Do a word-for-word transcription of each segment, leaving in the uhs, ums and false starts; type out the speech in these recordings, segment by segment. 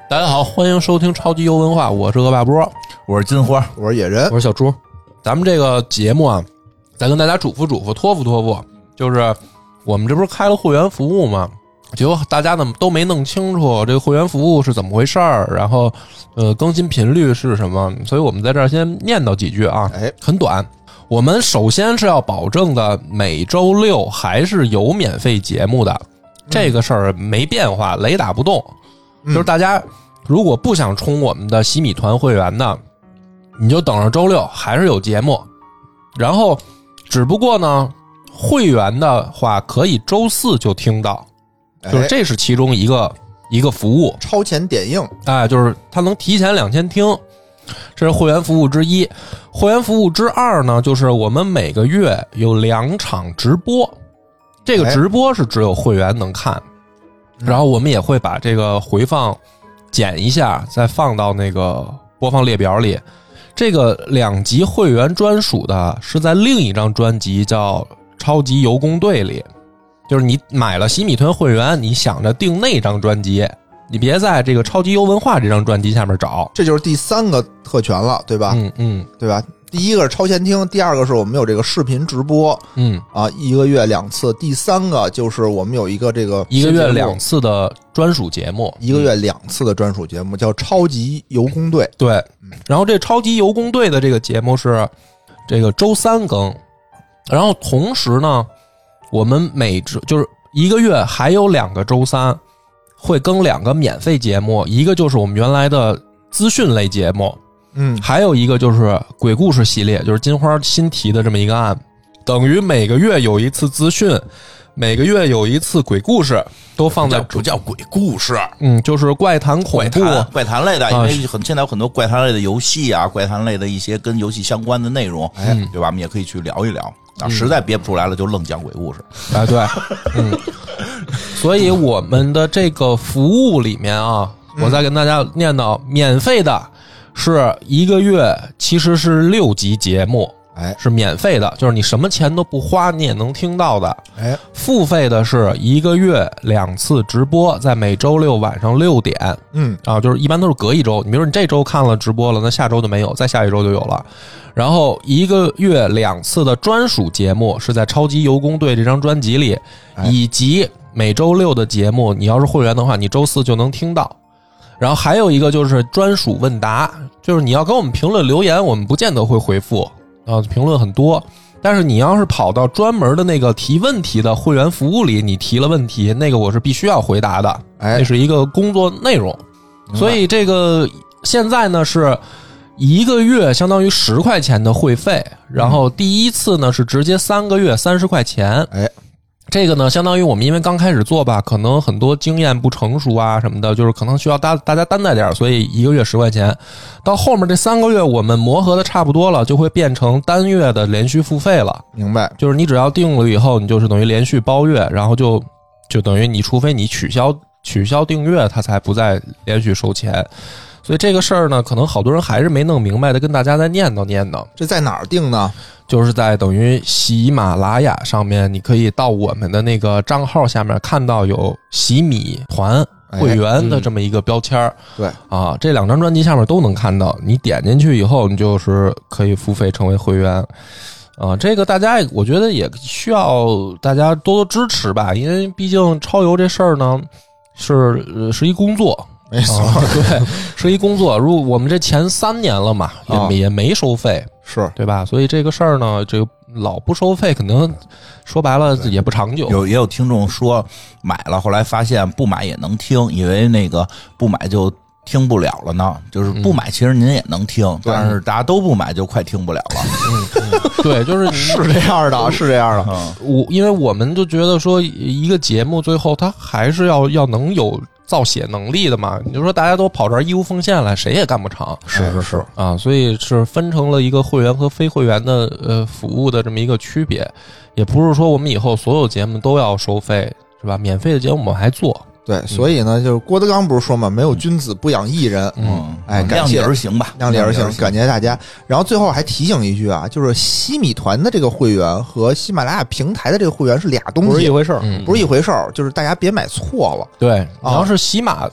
大家好，欢迎收听超级优文化，我是恶霸波， 我是金花， 我是野人， 我是小猪。咱们这个节目啊，再跟大家嘱咐嘱咐、托付托付，就是我们这不是开了会员服务吗？结果大家呢都没弄清楚这个会员服务是怎么回事儿，然后呃更新频率是什么，所以我们在这儿先念叨几句啊， 哎， 很短。我们首先是要保证的，每周六还是有免费节目的，这个事儿没变化，雷打不动。就是大家如果不想充我们的洗米团会员呢，你就等着周六还是有节目。然后只不过呢，会员的话可以周四就听到，就是这是其中一个、哎、一个服务， 超前点映， 哎，就是它能提前两天听，这是会员服务之一。会员服务之二呢，就是我们每个月有两场直播，这个直播是只有会员能看。然后我们也会把这个回放剪一下，再放到那个播放列表里。这个两集会员专属的是在另一张专辑叫超级游工队里，就是你买了洗米团会员，你想着订那张专辑，你别在这个超级游文化这张专辑下面找。 这就是第三个特权了，对吧？ 嗯嗯， 对吧？第一个是超前听，第二个是我们有这个视频直播， 嗯啊，一个月两次，第三个就是我们有一个这个一个月两次的专属节目， 一个月两次的专属节目叫超级游工队。 对，然后这超级游工队的这个节目是这个周三更，然后同时呢，我们每周就是一个月还有两个周三会更两个免费节目，一个就是我们原来的资讯类节目。 嗯， 还有一个就是鬼故事系列，就是金花新提的这么一个案，等于每个月有一次资讯，每个月有一次鬼故事，都放在不叫鬼故事， 嗯，就是怪谈恐怖、 怪谈、怪谈类的，因为很现在有很多怪谈类的游戏啊，怪谈类的一些跟游戏相关的内容，哎，对吧？我们也可以去聊一聊。啊，实在憋不出来了，就愣讲鬼故事。 啊，对，嗯，所以我们的这个服务里面啊，我再跟大家念叨，免费的。是一个月其实是六集节目， 哎， 是免费的，就是你什么钱都不花你也能听到的。 哎， 付费的是一个月两次直播，在每周六晚上六点， 嗯啊，就是一般都是隔一周，你比如说你这周看了直播了，那下周就没有，再下一周就有了。然后一个月两次的专属节目是在超级游工队这张专辑里， 哎、 以及每周六的节目，你要是会员的话，你周四就能听到。然后还有一个就是专属问答，就是你要给我们评论留言，我们不见得会回复啊，评论很多，但是你要是跑到专门的那个提问题的会员服务里，你提了问题，那个我是必须要回答的， 哎， 这是一个工作内容。所以这个现在呢是一个月相当于十块钱的会费，然后第一次呢是直接三个月三十块钱， 哎。 这个呢，相当于我们因为刚开始做吧，可能很多经验不成熟啊什么的，就是可能需要大大家担待点，所以一个月十块钱。到后面这三个月我们磨合的差不多了，就会变成单月的连续付费了。 明白？ 就是你只要定了以后，你就是等于连续包月，然后就就等于你除非你取消取消订阅，它才不再连续收钱。所以这个事儿呢，可能好多人还是没弄明白的，跟大家再念叨念叨。 这在哪儿定呢？ 就是在等于喜马拉雅上面，你可以到我们的那个账号下面看到有喜米团会员的这么一个标签、哎嗯、 对啊，这两张专辑下面都能看到。你点进去以后，你就是可以付费成为会员啊。这个大家我觉得也需要大家多多支持吧，因为毕竟超游这事儿呢是是一工作。 没错、 啊，对，是一工作。如果我们这前三年了嘛，也、啊、也没收费， 是对吧？所以这个事儿呢，这个老不收费，可能说白了也不长久。 有也有听众说买了，后来发现不买也能听，以为那个不买就听不了了呢。就是不买，其实您也能听，嗯、但是大家都不买，就快听不了了。 嗯嗯、对，就是是这样的，是这样的。 嗯、我因为我们就觉得说，一个节目最后它还是要要能有造血能力的嘛，你就说大家都跑这儿义务奉献来，谁也干不成。 是是是啊，所以是分成了一个会员和非会员的呃服务的这么一个区别，也不是说我们以后所有节目都要收费，是吧？免费的节目我们还做。 对，所以呢，就是郭德纲不是说嘛，没有君子不养艺人。 嗯， 哎，感谢量力而行吧， 量力而行，感谢大家。然后最后还提醒一句啊，就是西米团的这个会员和喜马拉雅平台的这个会员是俩东西， 不是一回事儿， 不是一回事儿，就是大家别买错了。 对，你要是喜马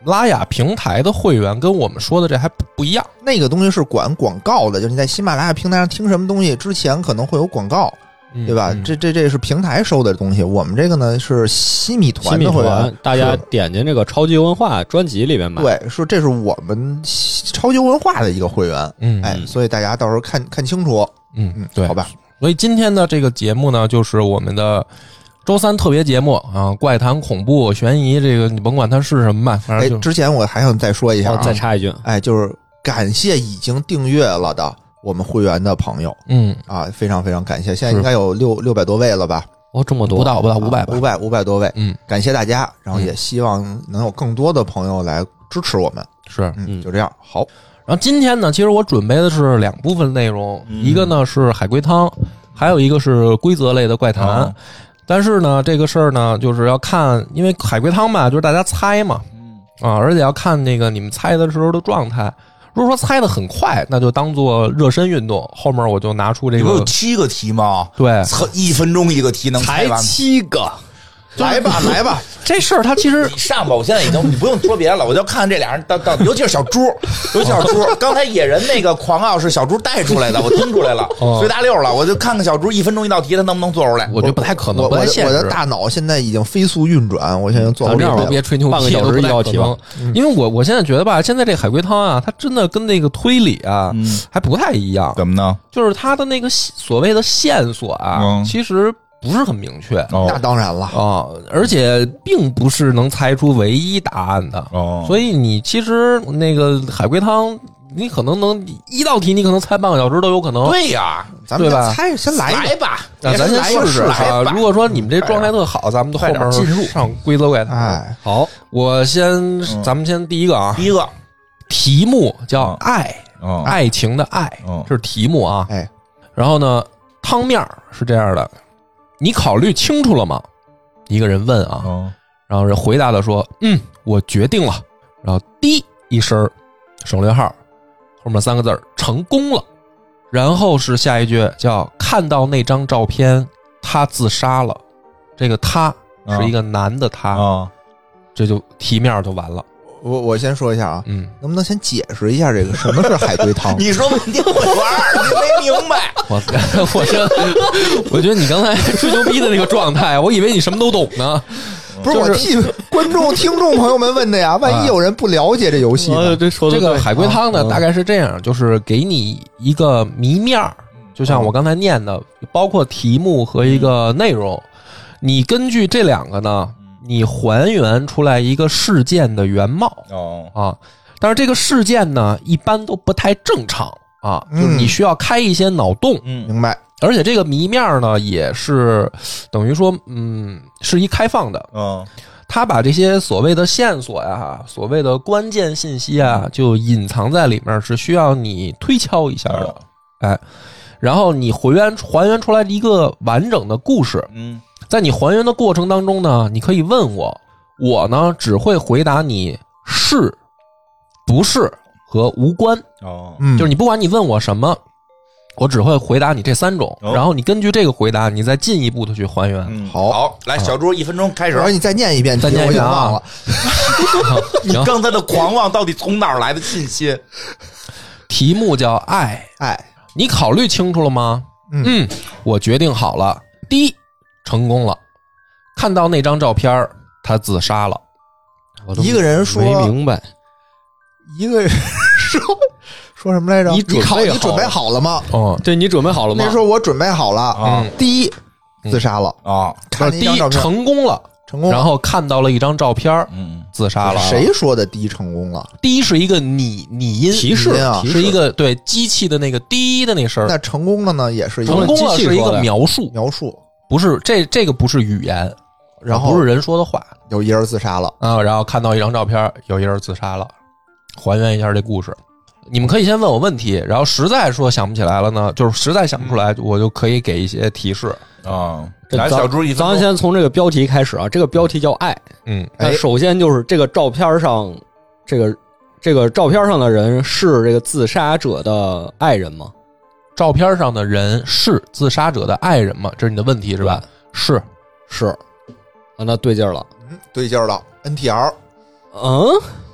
拉雅平台的会员跟我们说的这还不一样， 那个东西是管广告的，就是你在喜马拉雅平台上听什么东西之前可能会有广告， 嗯、 对吧？ 嗯、 这这这是平台收的东西，我们这个呢是西米团的会员， 大家点进这个超级文化专辑里面买。 对，说这是我们超级文化的一个会员， 嗯， 哎，所以大家到时候看看清楚， 嗯嗯， 对， 好吧。 所以今天的这个节目呢，就是我们的周三特别节目啊，怪谈、恐怖、悬疑，这个你甭管它是什么吧，反正就、 哎、之前我还想再说一下、啊哦，再插一句， 哎，就是感谢已经订阅了的我们会员的朋友， 嗯啊，非常非常感谢，现在应该有六六百多位了吧？ 哦，这么多， 不到不到五百吧， 五百五百多位， 嗯， 感谢大家，然后也希望能有更多的朋友来支持我们， 是， 嗯，就这样，好。 然后今天呢，其实我准备的是两部分内容， 嗯、 一个呢是海龟汤，还有一个是规则类的怪谈。 哦、 但是呢，这个事儿呢，就是要看，因为海龟汤嘛，就是大家猜嘛， 嗯啊，而且要看那个你们猜的时候的状态。如果说猜的很快，那就当做热身运动。后面我就拿出这个， 有七个题吗？ 对， 一分钟一个题能猜完？ 才七个。 来吧，来吧， 这事儿它其实你上吧，我现在已经你不用说别的了，我就看这俩人到到，尤其是小猪，尤其是小猪。刚才野人那个狂傲是小猪带出来的，我听出来了， 哦、 随大溜了，我就看看小猪一分钟一道题，他能不能做出来？ 我觉得不太可能， 我不太现实。 我的大脑现在已经飞速运转，我现在做不了。 别吹牛逼， 半个小时一道题吧。 因为我我现在觉得吧，现在这海龟汤啊，它真的跟那个推理啊、嗯、还不太一样。 怎么呢？ 就是它的那个所谓的线索啊， 嗯、 其实不是很明确。 哦、 那当然了啊、哦，而且并不是能猜出唯一答案的。 哦， 所以你其实那个海龟汤，你可能能一道题，你可能猜半个小时都有可能。 对呀， 咱们对吧？ 猜，先来来吧， 那咱先试试啊。如果说你们这状态特好，咱们都后面进入上规则怪谈。 哎， 好，我先，嗯、咱们先第一个啊， 第一个题目叫爱， 哦、 爱情的爱， 哦、 这是题目啊。 哎， 然后呢，汤面是这样的。你考虑清楚了吗？一个人问啊， 哦、 然后人回答的说：“嗯，我决定了。”然后滴一声省略号，后面三个字成功了。然后是下一句叫看到那张照片，他自杀了。这个他是一个男的他， 哦、 这就题面就完了。 我我先说一下啊， 嗯， 能不能先解释一下这个什么是海龟汤？ 你说你会玩，你没明白。 我我觉得，我觉得你刚才吹牛逼的那个状态，我以为你什么都懂呢。 不是、 就是、 我替观众、听众朋友们问的呀，万一有人不了解这游戏呢？ 啊、这说这个海龟汤呢， 啊、 大概是这样，就是给你一个谜面，就像我刚才念的，包括题目和一个内容，你根据这两个呢。你还原出来一个事件的原貌哦啊，但是这个事件呢，一般都不太正常啊，就是你需要开一些脑洞， 嗯， 明白。 而且这个谜面呢，也是等于说，嗯，是一开放的， 嗯， 他把这些所谓的线索呀、所谓的关键信息啊，就隐藏在里面，是需要你推敲一下的，哎，然后你还原还原出来一个完整的故事， 嗯。 在你还原的过程当中呢，你可以问我，我呢只会回答你是、不是和无关。 哦， 嗯， 就是你不管你问我什么，我只会回答你这三种， 哦、 然后你根据这个回答，你再进一步的去还原。 嗯、 好， 好，来，小猪一分钟开始。 我说你再念一遍， 再念一遍啊！ 我忘了。 你刚才的狂妄到底从哪儿来的信息？ 题目叫爱， 爱， 你考虑清楚了吗？ 嗯， 嗯我决定好了。第一。成功了，看到那张照片，他自杀了。 一个人说没明白， 一个人说说什么来着？ 你你考你准备好了吗？ 哦， 对你准备好了吗？ 那时候我准备好了。 嗯， 第一，自杀了啊， 看第一成功了， 成功了， 然后看到了一张照片， 嗯， 自杀了。 谁说的第一成功了？ 第一是一个拟拟音提示啊， 是一个对机器的那个滴的那声。 那成功了呢，也是一个成功了是一个描述描述。 不是这这个不是语言， 然后不是人说的话。 有一人自杀了啊，然后看到一张照片，有一人自杀了，还原一下这故事。你们可以先问我问题，然后实在说想不起来了呢，就是实在想不出来，我就可以给一些提示啊。来，小猪一分钟， 咱先从这个标题开始啊，这个标题叫爱。 嗯， 那首先就是这个照片上，这个这个照片上的人是这个自杀者的爱人吗？ 照片上的人是自杀者的爱人吗？这是你的问题是吧？是是，啊，那对劲儿了， 嗯，对劲儿了。N T R， 嗯，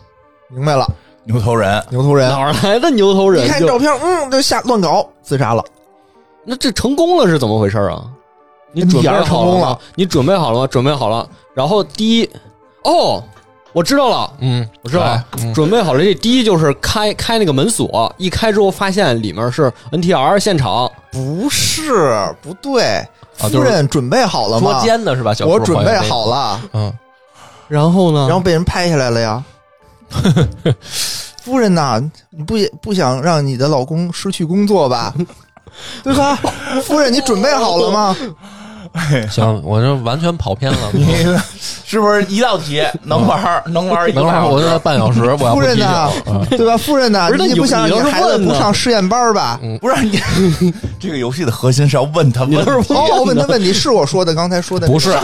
明白了， 牛头人， 牛头人哪儿来的牛头人？ 一看照片，嗯，就瞎乱搞，自杀了。 那这成功了是怎么回事啊？你准备好了吗？ 成功了， 你准备好了吗？准备好了。然后第一，哦，我知道了， 嗯， 我知道了， 嗯、 准备好了。这第一就是开开那个门锁，一开之后发现里面是 N T R 现场， 不是，不对， 啊、 夫人准备好了吗？ 捉奸的是吧？小我准备好了， 嗯， 然后呢？ 然后被人拍下来了呀。夫人呐，你不也不想让你的老公失去工作吧？对吧？夫人，你准备好了吗？ 行，我这完全跑偏了。 你是不是一道题能玩能玩一个？ 能玩我这半小时，我要夫人呐，对吧？夫人呐， 不是你不想让你孩子不上实验班吧？ 不是你这个游戏的核心是要问他问题， 哦，问他问题是我说的，刚才说的不是，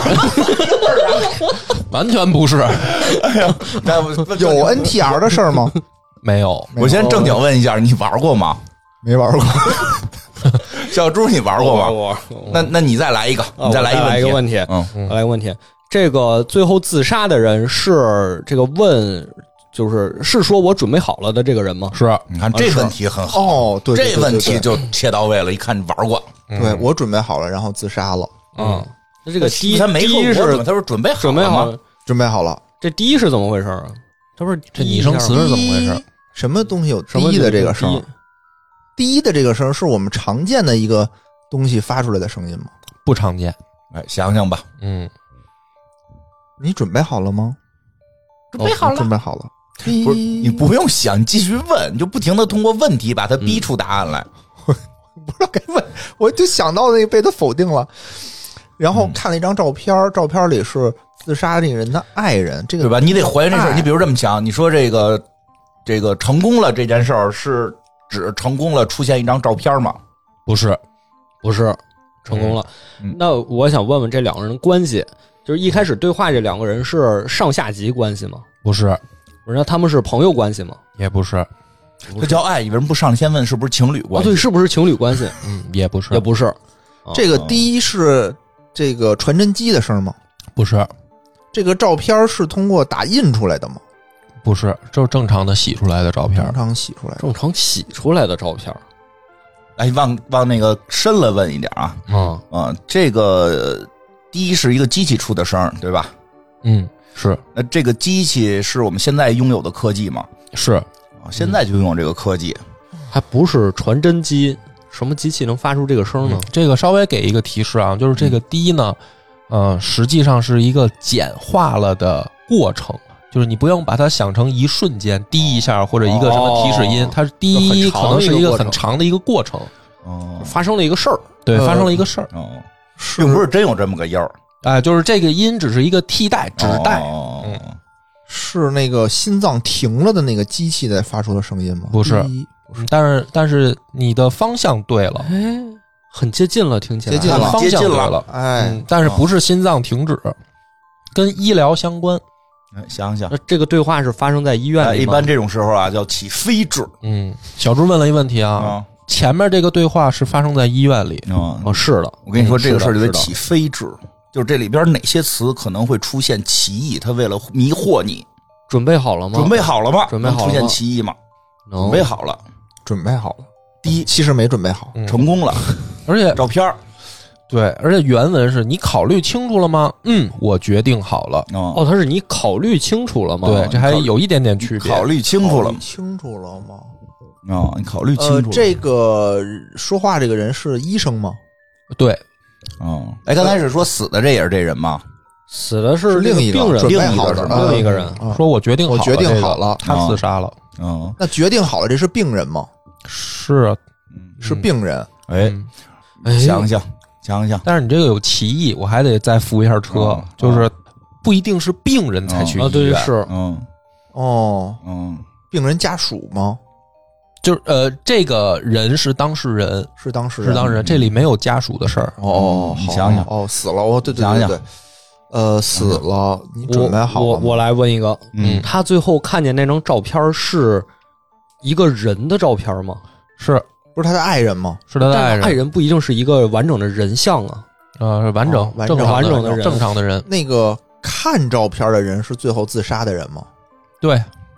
完全不是。 哎呀， 有 N T R 的事儿吗？ 没有。 我先正经问一下，你玩过吗？ 没玩过。 小猪，你玩过吗？ 我那那你再来一个，你再来一个问题。 嗯， 我来一个问题。这个最后自杀的人是这个问，就是是说我准备好了的这个人吗？ 是。 你看这问题很好哦，对， 这问题就切到位了。一看你玩过， 对我准备好了，然后自杀了。 嗯，那这个第一， 他没说是他说准备好准备好了， 准备好了。 这第一是怎么回事啊？他不是这拟声词是怎么回事？ 什么东西有第一的这个声？第一的这个声是我们常见的一个东西发出来的声音吗？ 不常见。 哎，想想吧。 嗯， 你准备好了吗？ 准备好了， 准备好了。 不是，你不用想，你继续问，你就不停的通过问题把他逼出答案来。 嗯、不知道该问，我就想到那个被他否定了。然后看了一张照片，嗯、照片里是自杀这个人的爱人，这个对吧？你得还原这事儿。你比如这么想，你说这个这个成功了这件事儿是指成功了出现一张照片吗？ 不是， 不是成功了。 嗯、 那我想问问这两个人的关系，就是一开始对话这两个人是上下级关系吗？ 不是。 不是，那他们是朋友关系吗？ 也不是。 他叫爱，为什么不上来先问是不是情侣关系？ 哦，对，是不是情侣关系？ 嗯，也不是， 也不是。 哦、这个第一是这个传真机的声吗？ 不是。 这个照片是通过打印出来的吗？ 不是，就是正常的洗出来的照片。 正常洗出来的， 正常洗出来的照片。 哎，往往那个深了问一点啊。 嗯啊，这个第一是一个机器出的声，对吧？ 嗯，是。 那这个机器是我们现在拥有的科技吗？ 是啊，现在就拥有这个科技， 嗯、还不是传真机。什么机器能发出这个声呢、 嗯？这个稍微给一个提示啊，就是这个滴呢，嗯、呃，实际上是一个简化了的过程，就是你不用把它想成一瞬间滴一下或者一个什么提示音， 哦、 它是滴可能是一个很长的一个过程， 哦， 发生了一个事儿， 对，发生了一个事儿， 哦，并不是真有这么个音儿， 哎，就是这个音只是一个替代指代， 哦、 嗯， 是那个心脏停了的那个机器在发出的声音吗？ 不是。但是但是你的方向对了， 哎，很接近了，听起来接近了， 方向对了， 哎、 嗯，但是不是心脏停止，哦、跟医疗相关。 想想， 那这个对话是发生在医院里吗？ 呃、一般这种时候啊，叫起飞智。 嗯，小猪问了一个问题啊， 嗯、 前面这个对话是发生在医院里， 嗯、 哦，是的， 我跟你说，这个事儿就得起飞智，就是这里边哪些词可能会出现歧义，他为了迷惑你， 准备好了吗？ 准备好了吗？ 准备好了吗？ 出现歧义吗？ 准备好了。 准备好了， 第一其实没准备好， 嗯、 成功了， 而且照片对，而且原文是你考虑清楚了吗？嗯，我决定好了。 哦， 哦，他是你考虑清楚了吗？ 对，这还有一点点区别。 考虑清楚了， 清楚了吗？ 哦，你考虑清楚了。 呃、这个说话这个人是医生吗？ 对， 哦，哎，刚才是说死的这也是这人吗？ 死的是另一个病人， 准备好的另一个人说我决定好了， 我决定好了， 他自杀了。 嗯， 那决定好了，这是病人吗？ 是啊， 是病人。 哎，想想想想， 但是你这个有歧义，我还得再扶一下车，就是不一定是病人才去医院。 对，是， 嗯， 哦， 嗯， 病人家属吗？ 就是呃，这个人是当事人， 是当事人， 是当事人，这里没有家属的事儿。 哦， 你想想， 哦，死了，哦，对对对对，呃，死了，你准备好了？ 我我来问一个， 嗯， 他最后看见那张照片是一个人的照片吗？ 是， 不是他的爱人吗？ 是他的爱人， 爱人不一定是一个完整的人像啊， 呃，是完整、 哦、完整完整的人， 正常的人。 那个看照片的人是最后自杀的人吗？ 对，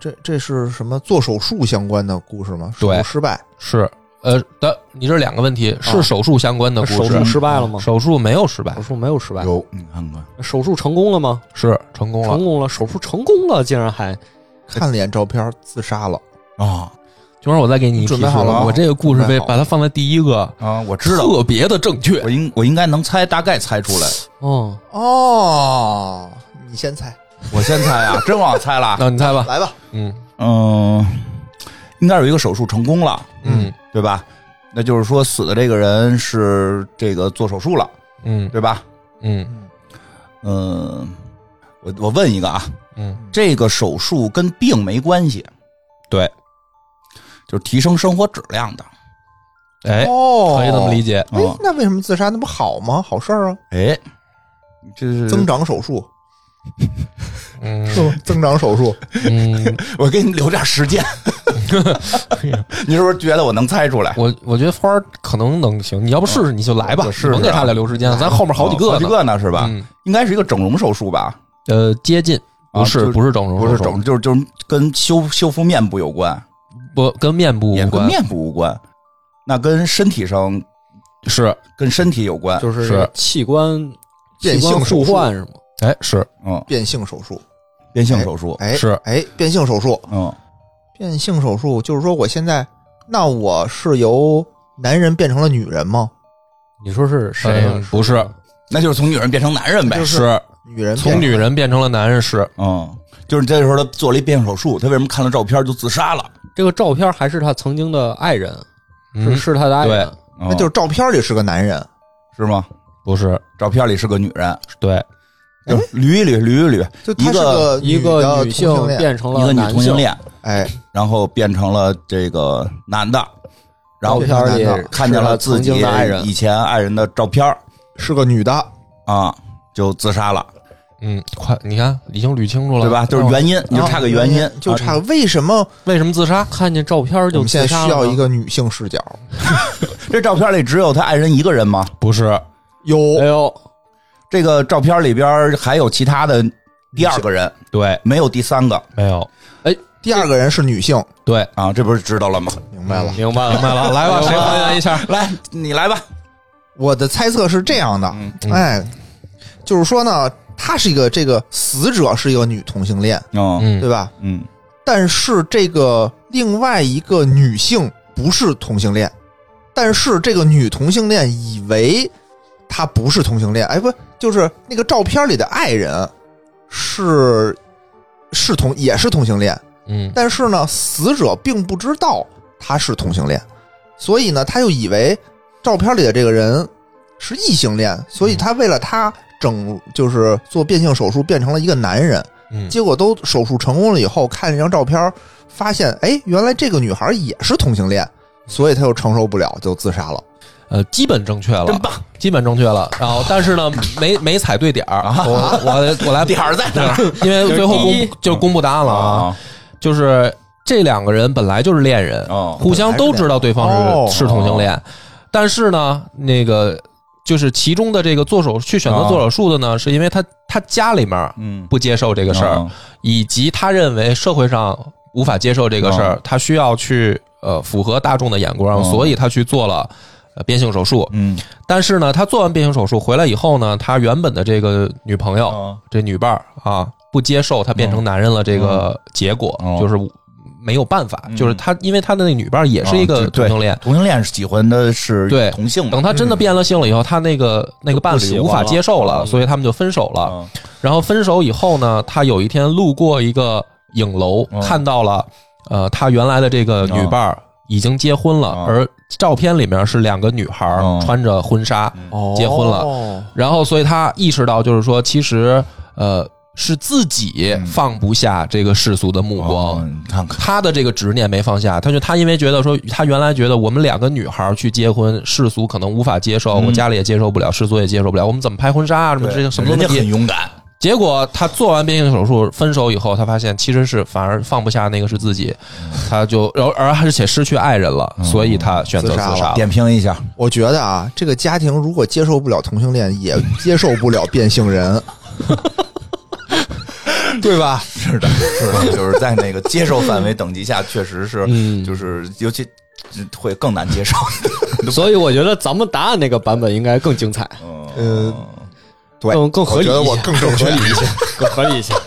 这这是什么做手术相关的故事吗？手对术失败是呃的，你这两个问题，是手术相关的故事， 手术失败了吗？ 手术没有失败手，术没有失败， 有你看看， 手术成功了吗？ 是成功了成。功了，手术成功了，竟然还看了眼照片自杀了。 啊就是我再给你提示准备好了吗我这个故事被准备好了把它放在第一个， 啊！我知道， 特别的正确我。应我应该能猜，大概猜出来。 哦， 哦，你先猜， 我先猜啊，真往猜了。 那你猜吧。 来吧。 嗯嗯，应该有一个手术成功了， 嗯对吧？那就是说死的这个人是这个做手术了， 嗯对吧？ 嗯嗯，我我问一个啊， 嗯， 这个手术跟病没关系， 对， 就是提升生活质量的。 哎， 哦， 可以这么理解。 哎嗯， 那为什么自杀？那不好吗？好事儿啊！ 哎，这是增长手术嗯是吗？增长手术， 嗯， 我给你留点时间。你是不是觉得我能猜出来？ 我我觉得花儿可能能行，你要不试试你就来吧， 我试试啊甭给他俩留时间了，咱后面好几个呢， 好几个呢，是吧？ 嗯应该是一个整容手术吧？ 呃，接近不是啊就不是整容手术， 不是整，就是就是跟修修复面部有关， 不跟面部无关， 也跟面部无关，那跟身体上是跟身体有关， 就是是器官变器官性手术互换是吗？ 哎是嗯， 变性手术， 变性手术， 哎， 是哎，变性手术， 嗯， 变性手术就是说我现在，那我是由男人变成了女人吗？ 你说是谁呀嗯？不是， 那就是从女人变成男人呗， 就是是女人变从女人变成了男人是， 嗯，就是这时候他做了一变性手术，他为什么看了照片就自杀了？ 这个照片还是他曾经的爱人，是嗯， 是他的爱人。 嗯那就是照片里是个男人， 是吗？ 不是， 照片里是个女人， 对， 就捋一捋捋一捋， 就他是个一女的个女性同性恋， 变成一个女了男性， 同性恋， 哎， 然后变成了这个男的，然后照片里男的看见了自己是他曾经的爱人以前爱人的照片是个女的， 啊，就自杀了， 嗯，快，你看已经捋清楚了， 对吧？就是原因，你就差个原因， 就差啊为什么为什么自杀？ 看见照片就我们现在自杀了吗需要一个女性视角？ 这照片里只有他爱人一个人吗？ 不是， 有哎呦， 这个照片里边还有其他的第二个人， 对， 没有第三个没有， 第二个人是女性， 对， 啊，这不是知道了吗？ 明白了。 明白了， 明白了，来吧，谁还原一下？ 来，你来吧。 我的猜测是这样的， 嗯哎，就是说呢，他是一个这个死者是一个女同性恋， 嗯嗯， 对吧？ 嗯但是这个另外一个女性不是同性恋，但是这个女同性恋以为她不是同性恋，哎，不，就是那个照片里的爱人是是同也是同性恋， 嗯但是呢，死者并不知道他是同性恋，所以呢，他就以为照片里的这个人是异性恋，所以他为了他整就是做变性手术变成了一个男人。 嗯， 结果都手术成功了以后，看了一张照片，发现哎，原来这个女孩也是同性恋，所以他又承受不了，就自杀了。 呃，基本正确了， 真棒， 基本正确了。然后，但是呢，没没踩对点儿。我我我来点儿在哪儿？ 因为最后就是第一公就公布答案了啊，就是这两个人本来就是恋人， 哦互相都知道对方哦是是同性恋，但是呢，那个就是其中的这个做手去选择做手术的呢，是因为他他家里面嗯不接受这个事儿，以及他认为社会上无法接受这个事儿，他需要去呃符合大众的眼光，所以他去做了呃变性手术。 嗯， 但是呢，他做完变性手术回来以后呢，他原本的这个女朋友、 哦这女伴儿啊不接受他变成男人了这个结果， 哦就是没有办法， 嗯就是他因为他的那个女伴儿也是一个哦对同性恋。 同性恋喜欢的是对同性的， 等他真的变了性了以后，他那个那个伴侣无法接受了， 嗯所以他们就分手了。 嗯然后分手以后呢，他有一天路过一个影楼， 嗯看到了呃他原来的这个女伴儿已经结婚了， 嗯而照片里面是两个女孩儿嗯穿着婚纱哦结婚了。然后所以他意识到，就是说其实呃是自己放不下这个世俗的目光。 哦你看看， 他的这个执念没放下，他就他因为觉得说，他原来觉得我们两个女孩去结婚，世俗可能无法接受， 嗯我家里也接受不了，世俗也接受不了，我们怎么拍婚纱啊，什么这些什么人家很问题？ 勇敢， 结果他做完变性手术分手以后，他发现其实是反而放不下那个是自己，他就而而而且失去爱人了，所以他选择自自杀了杀了。 点评一下， 我觉得啊，这个家庭如果接受不了同性恋，也接受不了变性人。 对吧？ 是的，是的，就是在那个接受范围等级下，确实是， 嗯就是尤其会更难接受。 所以我觉得咱们答案那个版本应该更精彩， 呃，对， 更更合理一些， 我觉得我更正确合理一些，更合理一些。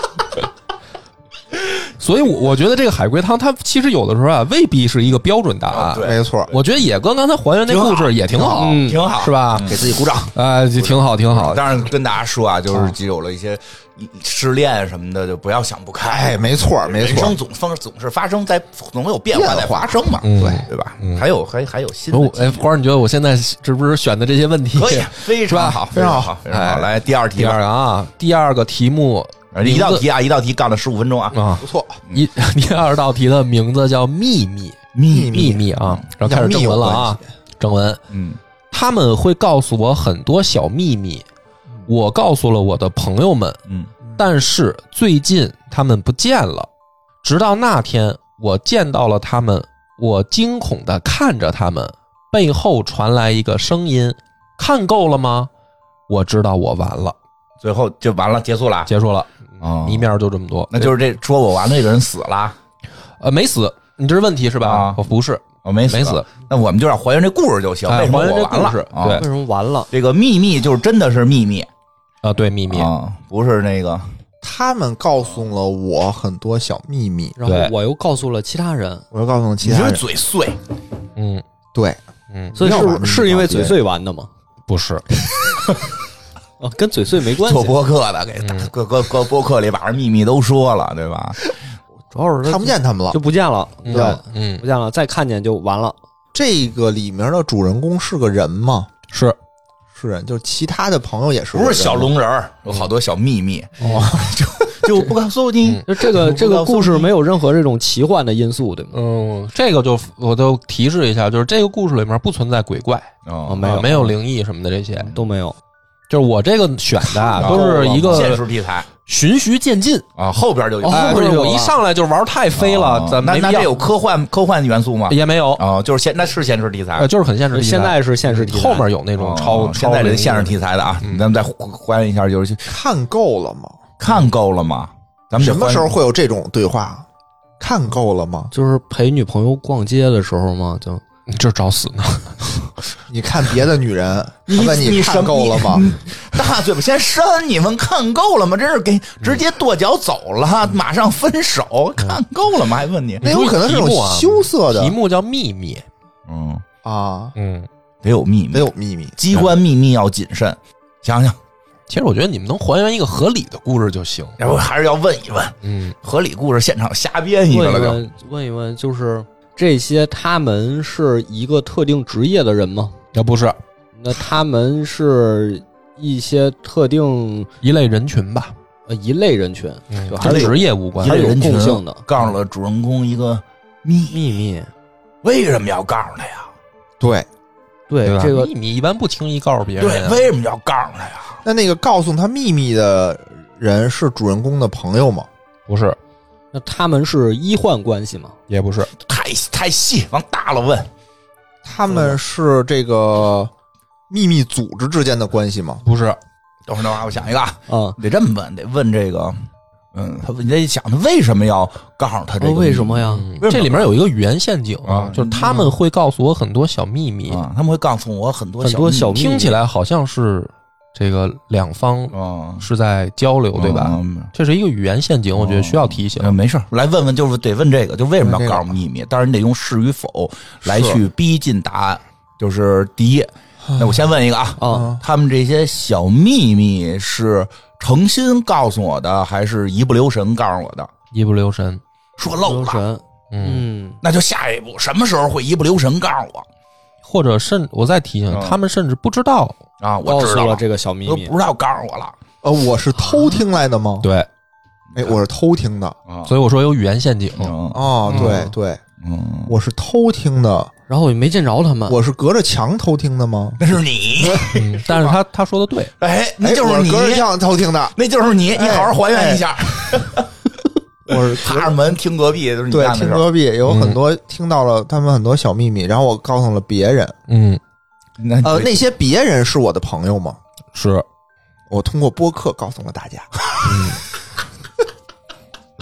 所以我，我觉得这个海龟汤它其实有的时候啊，未必是一个标准答案。 对没错， 我觉得野哥刚才还原那故事也挺好， 嗯挺好， 是吧？ 给自己鼓掌。 啊，就挺好，挺好。 当然跟大家说啊，就是既有了一些失恋什么的，就不要想不开。 哎，没错，没错人生，总方总是发生在总会有变化在发生嘛， 嗯对对吧？还有还还有新的哦，哎，花儿，你觉得我现在是不是选的这些问题可以非常好，非常好，非常好。 哎来第二题吧， 第二个啊，第二个题目一道题啊，一道题干了十五分钟啊， 啊， 不错。 一第二道题的名字叫秘密， 秘秘密啊，然后开始正文了啊，正文， 嗯， 他们会告诉我很多小秘密，我告诉了我的朋友们， 嗯， 但是最近他们不见了，直到那天我见到了他们，我惊恐地看着他们，背后传来一个声音，看够了吗？我知道我完了， 最后就完了，结束了， 结束了， 哦谜面就这么多， 那就是这说我完了这个人死了， 呃没死，你这是问题是吧？ 啊哦不是， 我没没死， 那我们就要还原这故事就行， 哎为什么还原这我完了故事？ 啊对为什么完了？ 这个秘密就是真的是秘密啊，对秘密， 啊，不是那个他们告诉了我很多小秘密， 然后对我又告诉了其他人， 我又告诉了其你就是他人。 嘴碎， 嗯对， 嗯， 所以要把秘密是是因为告诉别人嘴碎完的吗？ 不是， 啊，跟嘴碎没关系。 做播客的给嗯搁搁搁播客里把这秘密都说了，对吧？ 主要是他看不见他们了就。不见了， 嗯对， 嗯不见了，再看见就完了。 这个里面的主人公是个人吗？ 是是人，就是其他的朋友也是个人吗， 不是小龙人儿，有好多小秘密， 哦， 就不告诉你。 就这个这个故事没有任何这种奇幻的因素，对吗？ 嗯，这个就我都提示一下，就是这个故事里面不存在鬼怪， 哦啊没有啊没有灵异什么的这些， 都没有。 就是我这个选的啊， 啊都是一现个实题材循序渐进。 啊，后边就有， 哦哎后边就有了我一上来就玩太飞了， 哦咱没必要那那这有科幻科幻元素吗？ 也没有， 哦，就是现那是现实题材呃，，就是很现实题材。 现在是现实题材， 后面有那种超哦现在超这现实题材的啊， 嗯咱们再还原一下，就是看够了吗？ 看够了吗？咱们得什么还时候会有这种对话？看够了吗？ 就是陪女朋友逛街的时候嘛，就你这找死呢？ 你看别的女人， 你他问你看够了吗？ 你大嘴巴先扇，你们看够了吗？这是给直接跺脚走了，马上分手，看够了吗？还问你？ 那有可能是那种题目啊羞涩的题目叫秘密， 嗯， 啊， 嗯， 得有秘密， 得有秘密。 机关秘密要谨慎。想想， 其实我觉得你们能还原一个合理的故事就行。 要不还是要问一问， 嗯， 合理故事现场瞎编一个了就。 问一问问一问，就是这些他们是一个特定职业的人吗？ 要不是那他们是一些特定一类人群吧， 呃一类人群， 嗯就还是有跟职业无关一。类人群共性的告诉了主人公一个秘， 秘密。 为什么要告诉他呀？ 对， 对吧？ 对这个秘密一般不轻易告诉别对， 人啊。 为什么要告诉他呀？ 那那个告诉他秘密的人是主人公的朋友吗？ 不是， 那他们是医患关系吗？ 也不是， 太太细，往大了问。 他们是这个秘密组织之间的关系吗？ 不是， 等会儿，等会儿，我想一个啊， 啊， 得这么问，得问这个，嗯，他你得想他为什么要告诉他这个、 哦为什么呀？ 嗯为什么这里面有一个语言陷阱啊就是他们会告诉我很多小秘密， 啊？他们会告诉我很多很多小秘秘密听起来好像是这个两方密啊， 是在交流，对吧？ 嗯这是一个语言陷阱，我觉得需要提醒。 嗯，没事，来问问，就是得问这个，就为什么要告诉秘密？当然你得用是与否来去逼近答案。就是第一，那我先问一个啊， 啊， 他们这些小秘密是诚心告诉我的，还是一不留神告诉我的？ 一不留神， 说漏了， 留神， 嗯， 嗯， 那就下一步，什么时候会一不留神告诉我或者甚，我再提醒嗯他们，甚至不知道。 啊？我告知道诉了这个小秘密都不，知道告诉我了呃，我是偷听来的吗？ 对， 哎，我是偷听的。 啊。 所以我说有语言陷阱。 嗯哦， 嗯对对， 嗯， 我是偷听的。 然后我也没见着他们， 我是隔着墙偷听的吗？ 那是你， 嗯，但是他他说的对， 哎，那哎就是你， 我隔着墙偷听的。 那就是你，你好好还原一下。 我是踏上门听隔壁，都是你对干的事儿。 听隔壁有很多听到了他们很多小秘密，然后我告诉了别人。 嗯， 那呃，那些别人是我的朋友吗？ 是， 我通过播客告诉了大家。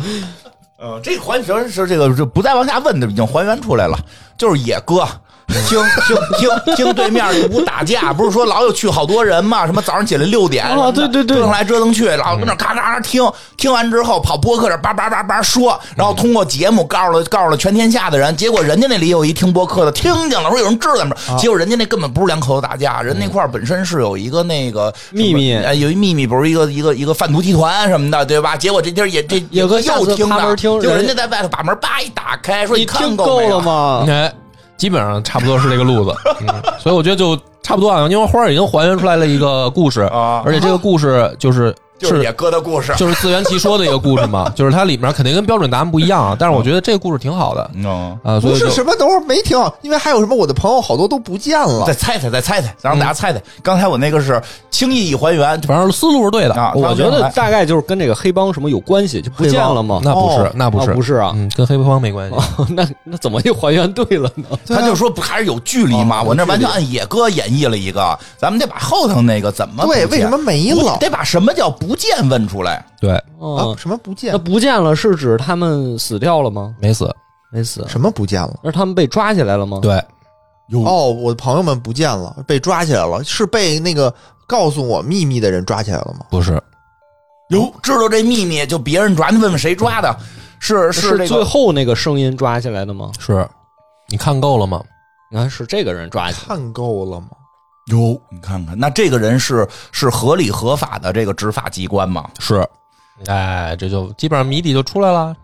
呃，这还原是这个就不再往下问的，已经还原出来了，就是野哥。听听听听对面这屋打架，不是说老有去好多人嘛？什么早上起来六点啊，对对对， 折腾来折腾去，然后跟那咔咔咔听，听完之后跑播客这叭叭叭叭说，然后通过节目告诉了告诉了全天下的人，结果人家那里有一听播客的听见了，说有人知道吗？结果人家那根本不是两口子打架，人那块本身是有一个那个秘密， 呃，有一秘密，不是一个一个一个贩毒集团什么的，对吧？结果这地儿也这野哥又听的， 听， 就人家在外头把门叭一打开，说你听够了吗？ 哎。基本上差不多是这个路子，嗯，所以我觉得就差不多啊，因为花儿已经还原出来了一个故事， 啊， 而且这个故事就是就是野哥的故事， 就是自圆其说的一个故事嘛，就是它里面肯定跟标准答案不一样啊，但是我觉得这个故事挺好的， 嗯啊，所以不是什么，等会儿没听，因为还有什么我的朋友好多都不见了， 再猜猜，再猜猜，咱让大家猜猜，刚才我那个是轻易一还原， 反正思路是对的啊， 我觉得大概就是跟这个黑帮什么有关系，就不见了吗？ 那不是，那不是， 不是啊， 嗯，跟黑帮没关系。 那那怎么就还原对了呢？ 他就说不还是有距离吗？我那完全按野哥演绎了一个，咱们得把后头那个怎么对，为什么没了？ 得把什么叫不见问出来。 对， 啊，什么不见？ 那不见了是指他们死掉了吗？ 没死， 没死。 什么不见了？ 那他们被抓起来了吗？ 对。 哦，我的朋友们不见了，被抓起来了，是被那个告诉我秘密的人抓起来了吗？ 不是。 哟，知道这秘密就别人抓，你问问谁抓的？是是、这个、 最后那个声音抓起来的吗？ 是。你看够了吗？ 你看是这个人抓起来， 看够了吗？ 哟，你看看，那这个人是是合理合法的这个执法机关吗？ 是。哎，这就基本上谜底就出来了。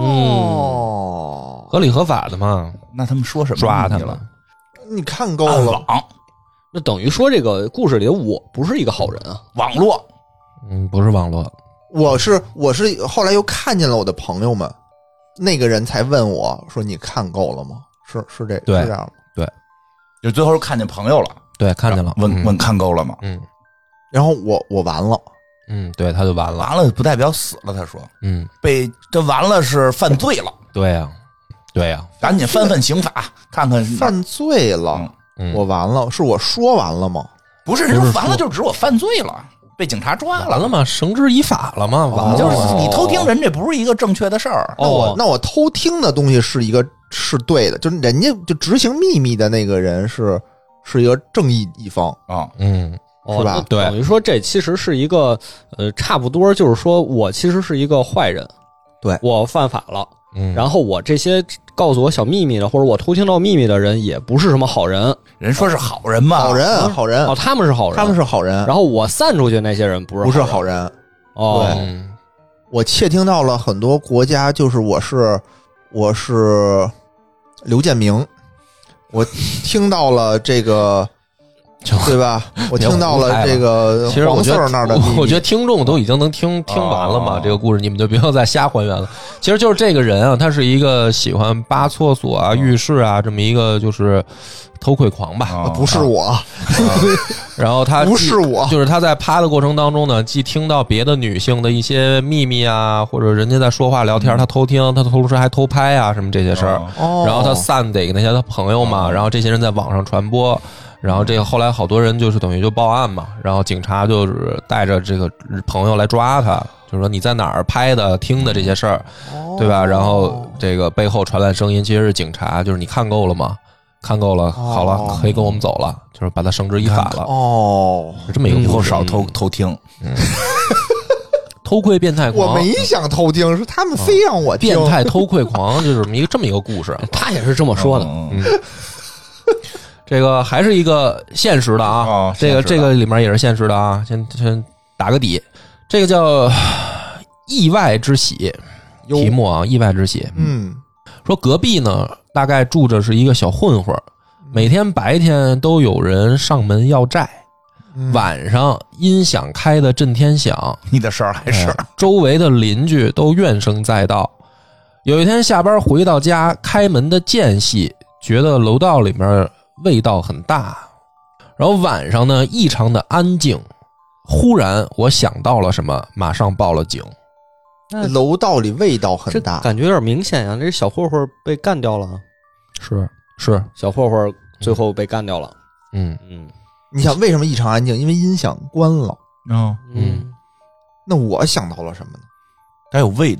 哦、 嗯，合理合法的嘛。 那他们说什么抓他了？ 你看够了。 网， 那等于说这个故事里的我不是一个好人啊。 网络， 嗯，不是网络。 我是我是后来又看见了我的朋友们，那个人才问我说：“你看够了吗？”是是这对是这样吗？ 对， 就最后是看见朋友了。 对，看见了。 问、 嗯、 问看够了吗？ 嗯。 然后我我完了。 嗯，对，他就完了。 完了不代表死了，他说。 嗯， 被这完了是犯罪了。 对呀、啊，对呀、啊， 赶紧翻翻刑法，看看犯罪了。 嗯， 我完了，是我说完了吗？ 不是，人完了就指我犯罪了，被警察抓了， 完了吗？绳之以法了吗？完了， 就是你偷听人，这不是一个正确的事儿。 那我那我偷听的东西是一个是对的，就是人家就执行秘密的那个人是是一个正义一方啊， 嗯。 是吧？ 对， 等于说这其实是一个呃，差不多就是说我其实是一个坏人， 对， 我犯法了， 嗯， 然后我这些告诉我小秘密的或者我偷听到秘密的人也不是什么好人， 人说是好人嘛， 好人、 啊、 好人哦，他们是好人， 他们是好人， 然后我散出去那些人不是不是好人， 哦， 对，嗯、我窃听到了很多国家，就是我是我是刘建明，我听到了这个。对吧？我听到了这个黄色那儿的， 我觉得听众都已经能听听完了嘛。这个故事你们就不要再瞎还原了。其实就是这个人啊，他是一个喜欢扒厕所啊、浴室啊这么一个就是偷窥狂吧。 不是我， 然后他不是我， 就是他在趴的过程当中呢，既听到别的女性的一些秘密啊，或者人家在说话聊天，他偷听，他同时还偷拍啊什么这些事儿。然后他散给那些他朋友嘛，然后这些人在网上传播。然后这个后来好多人就是等于就报案嘛，然后警察就是带着这个朋友来抓他，就是说你在哪儿拍的、听的这些事儿，对吧？然后这个背后传来声音，其实是警察，就是你看够了吗？看够了，好了，可以跟我们走了，就是把他绳之以法了。 哦， 是这么一个以后少偷偷听， 嗯，偷窥变态狂。 我没想偷听，是他们非让我听。 变态偷窥狂就是一个这么一个故事， 他也是这么说的。 嗯。这个还是一个现实的啊， 哦、 这个这个里面也是现实的啊，先先打个底，这个叫意外之喜，题目啊，意外之喜。 嗯， 说隔壁呢，大概住着是一个小混混，每天白天都有人上门要债， 嗯、 晚上音响开的震天响， 你的事儿还是、 哎、周围的邻居都怨声载道。有一天下班回到家，开门的间隙，觉得楼道里面味道很大，然后晚上呢异常的安静。忽然我想到了什么，马上报了警。 楼道里味道很大， 感觉有点明显呀、啊。这小混混被干掉了， 是是， 小混混最后被干掉了。 嗯嗯， 你想为什么异常安静？因为音响关了。 嗯嗯， 那我想到了什么呢？ 它有味道。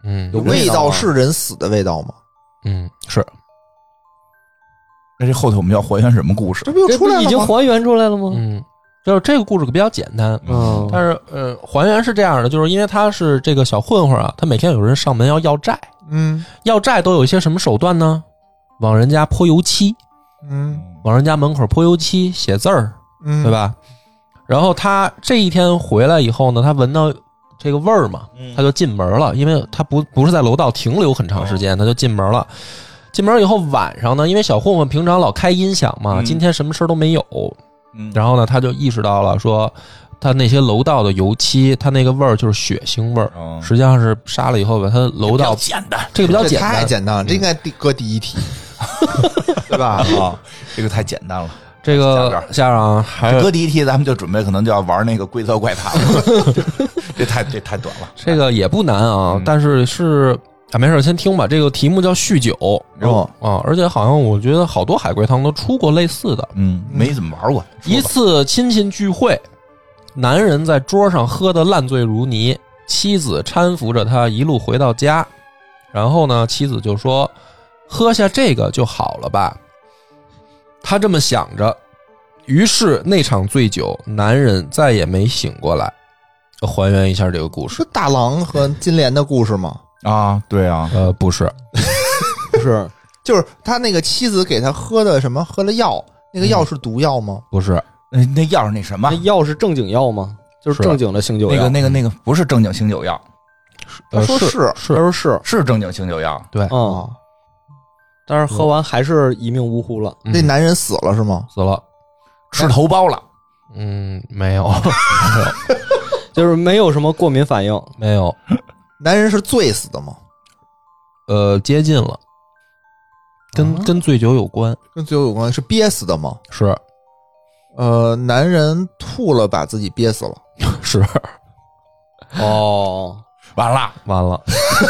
嗯， 有味道是人死的味道吗？ 嗯，是。 那这后头我们要还原什么故事？ 这不又这不出来了吗？ 已经还原出来了吗？ 嗯，就是这个故事比较简单， 嗯， 但是呃，还原是这样的，就是因为他是这个小混混啊，他每天有人上门要要债， 嗯要债都有一些什么手段呢？往人家泼油漆， 嗯往人家门口泼油漆，写字儿， 嗯， 对？吧？然后他这一天回来以后呢，他闻到这个味儿嘛，他就进门了，因为他不不是在楼道停留很长时间，他就进门了。进门以后晚上呢，因为小混混平常老开音响嘛， 嗯、 今天什么事都没有。 嗯， 然后呢，他就意识到了说，他那些楼道的油漆，他那个味儿就是血腥味儿， 哦、 实际上是杀了以后把他楼道简单， 这个比较简单， 太简单了，这应该搁第一题，对吧？ 啊，这个太简单了。 这个下场还搁第一题，咱们就准备可能就要玩那个规则怪谈了，这太这太短了。 这个也不难啊， 嗯、 但是是。啊，没事，先听吧。这个题目叫酗酒哦啊，而且好像我觉得好多海龟汤都出过类似的。 嗯，没怎么玩过。 一次亲戚聚会，男人在桌上喝得烂醉如泥，妻子搀扶着他一路回到家，然后呢，妻子就说：“喝下这个就好了吧。”他这么想着，于是那场醉酒，男人再也没醒过来。还原一下这个故事， 是大郎和金莲的故事吗？ 啊，对啊， 呃，不是， 不是，就是他那个妻子给他喝的什么？喝了药，那个药是毒药吗？ 不是， 那那药是那什么？ 那药是正经药吗？就是正经的醒酒药。 那个那个那个不是正经醒酒药， 他说是是他说是是正经醒酒药， 对， 嗯，但是喝完还是一命呜呼了。 那男人死了是吗？ 死了， 吃头孢了。 嗯，没有，没有， 就是没有什么过敏反应， 没有。 男人是醉死的吗？ 呃，接近了，跟、 啊、 跟醉酒有关， 跟醉酒有关，是憋死的吗？ 是， 呃，男人吐了，把自己憋死了， 是， 哦， 完了， 完了。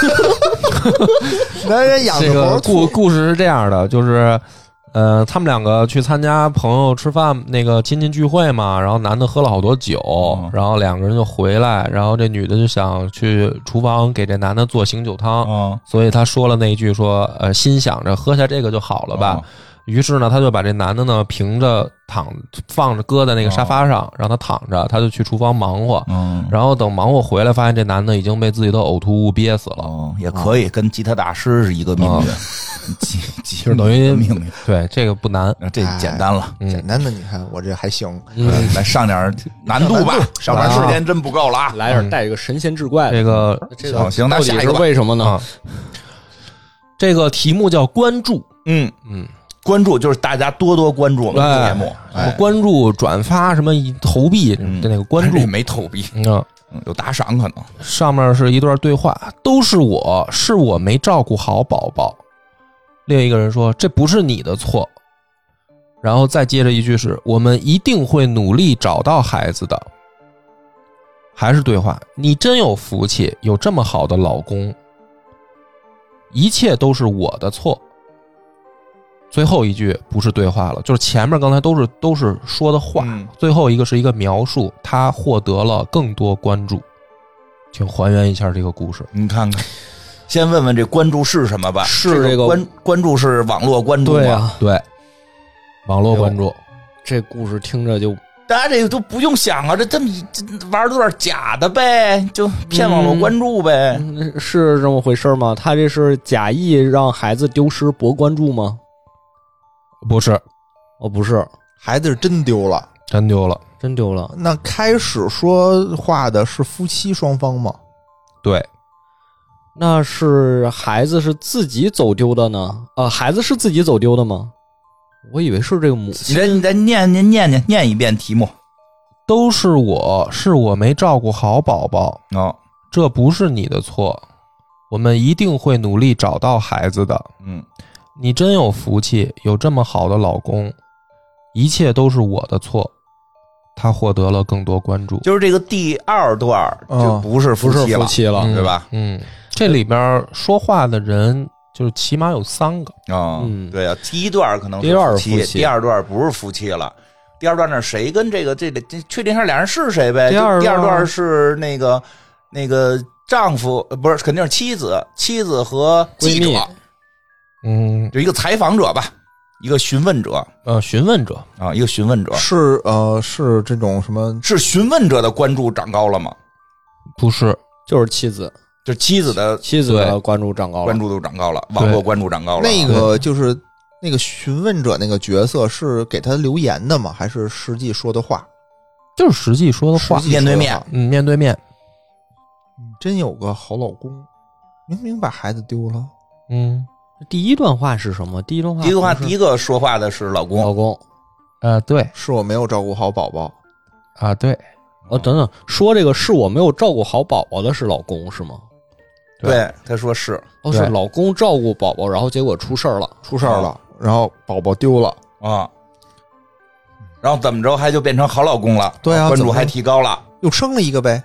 男人养这的个故故事是这样的，就是。呃，他们两个去参加朋友吃饭那个亲戚聚会嘛，然后男的喝了好多酒， 嗯、 然后两个人就回来，然后这女的就想去厨房给这男的做醒酒汤， 嗯、 所以他说了那一句说，呃，心想着喝下这个就好了吧。嗯、于是呢，他就把这男的呢平着躺放着搁在那个沙发上，嗯、让他躺着，他就去厨房忙活， 嗯， 然后等忙活回来，发现这男的已经被自己的呕吐物憋死了。 哦，也可以跟吉他大师是一个命运。嗯其实等于命运， 对这个不难， 这简单了， 哎、 简单的，你看我这还行， 嗯、来上点难度吧，上班时间真不够了啊， 来点带这个神仙志怪的， 这个这个行，那下一个为什么呢？ 啊、这个题目叫关注， 嗯嗯， 关注就是大家多多关注我们的节目， 哎、关注、转发什么投币的那个关注， 嗯、没投币， 嗯。 有打赏可能。 上面是一段对话，都是我，是我没照顾好宝宝。另一个人说：“这不是你的错。”然后再接着一句是：“我们一定会努力找到孩子的。”还是对话，你真有福气，有这么好的老公。一切都是我的错。最后一句不是对话了，就是前面刚才都是都是说的话， 嗯、 最后一个是一个描述，他获得了更多关注。请还原一下这个故事。 你看看。先问问这关注是什么吧？ 是这个关关注是网络关注吗？ 对啊， 对，网络关注。 这故事听着就， 大家这个都不用想啊，这这么这玩的都是假的呗，就骗网络关注呗、 嗯，是这么回事吗？他这是假意让孩子丢失博关注吗？ 不是， 哦，不是， 孩子是真丢了， 真丢了， 真丢了。 那开始说话的是夫妻双方吗？ 对。 那是孩子是自己走丢的呢？呃，孩子是自己走丢的吗？我以为是这个母亲。 你再你再念念念念念一遍题目。 都是我，是我没照顾好宝宝。 哦， 这不是你的错，我们一定会努力找到孩子的。 嗯， 你真有福气，有这么好的老公。一切都是我的错。他获得了更多关注。 就是这个第二段就不是夫妻了， 不是夫妻了， 嗯、 对吧？ 嗯。这里边说话的人就是起码有三个啊、哦，嗯，对啊，第一段可能是夫妻， 夫妻第二段不是夫妻了，第二段那谁跟这个这这确定一下俩人是谁呗？ 第二第二段是那个那个丈夫呃不是肯定是妻子，妻子和记者， 嗯， 就一个采访者吧，一个询问者， 呃，询问者啊，一个询问者是呃是这种什么？ 是询问者的关注涨高了吗？ 不是， 就是妻子， 就妻子的妻子的关注涨高了， 关注度涨高了，网络关注涨高了。 那个就是那个询问者那个角色是给他留言的吗？还是实际说的话？ 就是实际说的话， 实际说的话面对面， 嗯，面对面， 真有个好老公，明明把孩子丢了。 嗯， 第一段话是什么？第一段话， 第一个话，第一个说话的是老公， 老公， 呃，对， 是我没有照顾好宝宝。 啊，对， 哦，等等，说这个是我没有照顾好宝宝的是老公是吗？ 对，他说是， 哦， 对是老公照顾宝宝，然后结果出事儿了， 出事儿了，然后宝宝丢了。 啊，然后怎么着还就变成好老公了？ 对啊怎么关注还提高了。 又生了一个呗，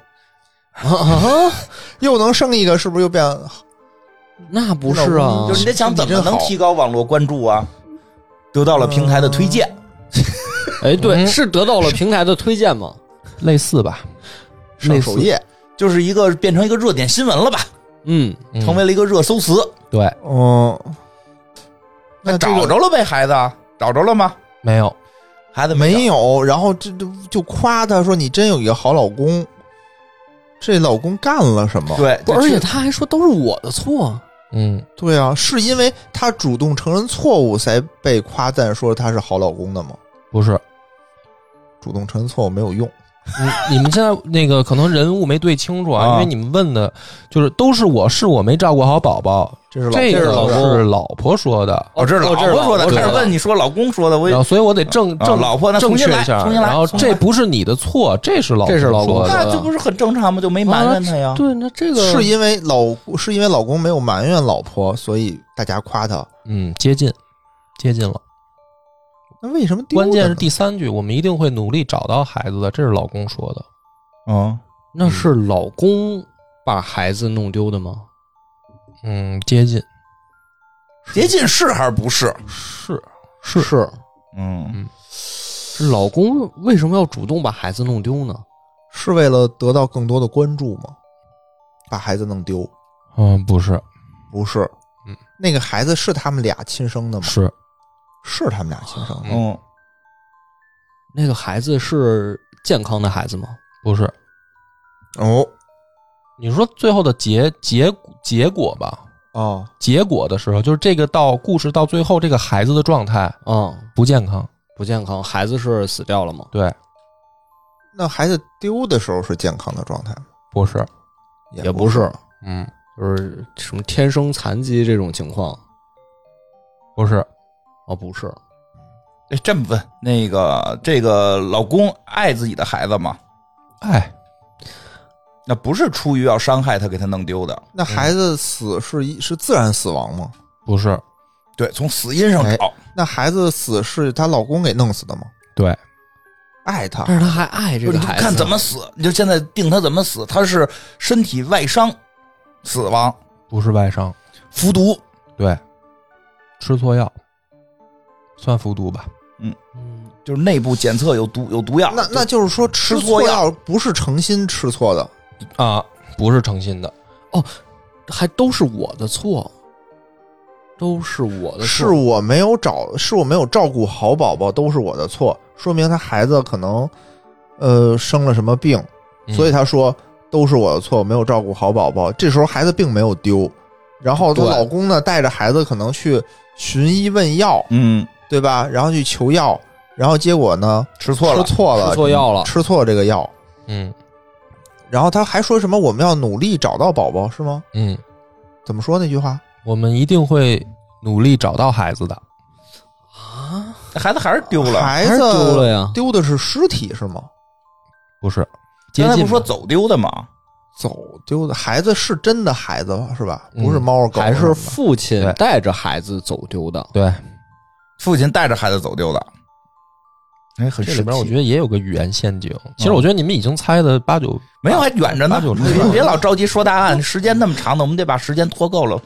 又能生一个，是不是又变？ 那不是啊， 就是你得想怎么能身体真好提高网络关注啊？得到了平台的推荐， 哎，对， 嗯是得到了平台的推荐吗？ 类似吧， 上首页。 就是一个变成一个热点新闻了吧？ 嗯， 嗯成为了一个热搜词。 对， 嗯，那这个找着了呗，孩子找着了吗？ 没有， 孩子没有， 有，然后这就就夸他说你真有一个好老公。这老公干了什么？ 对， 不， 就而且他还说都是我的错。 嗯， 对啊，是因为他主动承认错误才被夸赞说他是好老公的吗？ 不是， 主动承认错误没有用。 你你们现在那个可能人物没对清楚啊， 啊因为你们问的就是都是我是我没照顾好宝宝， 这是老这个这是老公是老婆说的， 哦，这是老哦这是婆说的， 老婆说的开始问你说老公说的，我然后所以我得正啊正老婆那正重新来确一下， 重新来然后重新来这不是你的错，这是老这是老公说的， 那这不是很正常吗？就没埋怨他呀。 对，那这个是因为老是因为老公没有埋怨老婆，所以大家夸他。 嗯，接近接近了。 那为什么丢呢？ 关键是第三句，我们一定会努力找到孩子的，这是老公说的。 嗯， 那是老公把孩子弄丢的吗？ 嗯，接近接近是还是不是？ 是是是， 嗯， 是老公为什么要主动把孩子弄丢呢？ 是为了得到更多的关注吗？把孩子弄丢？ 嗯，不是， 不是。 嗯， 那个孩子是他们俩亲生的吗？ 是是他们俩亲生的。 嗯， 那个孩子是健康的孩子吗？ 不是？ 哦你说最后的结结结果吧， 哦， 结果的时候，就是这个到故事到最后，这个孩子的状态嗯， 不健康。 不健康，孩子是死掉了吗？ 对， 那孩子丢的时候是健康的状态吗？ 不是， 也不是， 嗯， 就是什么天生残疾这种情况。 不是， 哦，不是， 哎，这么问，那个这个老公爱自己的孩子吗？ 爱那不是出于要伤害他给他弄丢的， 那孩子死是一是自然死亡吗？ 不是， 对，从死因上找。 那孩子死是她老公给弄死的吗？ 对， 爱她， 但是他还爱这不是你个孩子， 看怎么死，你就现在定他怎么死，他是身体外伤死亡， 不是外伤， 服毒， 对，吃错药，算服毒吧？ 嗯， 就是内部检测有毒有毒药。 那那就是说吃吃错错药不是诚心吃错的。 啊，不是诚心的， 还都是我的错，都是我的错， 是我没有找，是我没有照顾好宝宝，都是我的错。说明他孩子可能，呃，生了什么病， 嗯所以他说都是我的错，我没有照顾好宝宝。这时候孩子并没有丢，然后她对老公呢带着孩子可能去寻医问药， 嗯， 对吧？然后去求药，然后结果呢吃错了， 吃错了， 吃错药了吃错这个药。 嗯然后他还说什么我们要努力找到宝宝是吗？ 嗯， 怎么说那句话？ 我们一定会努力找到孩子的。 啊， 那孩子还是丢了。 孩子还是丢了呀丢的是尸体是吗？ 不是，接刚才近吧不是说走丢的吗？ 走丢的孩子是真的孩子是吧？ 嗯不是猫狗还是什么的父亲对带着孩子走丢的。 对， 父亲带着孩子走丢的。哎，很这里边我觉得得也有个语言陷阱。其实我觉得你们已经猜的八九没有，还远着呢八九。成别别老着急说答案，时间那么长呢，我们得把时间拖够了。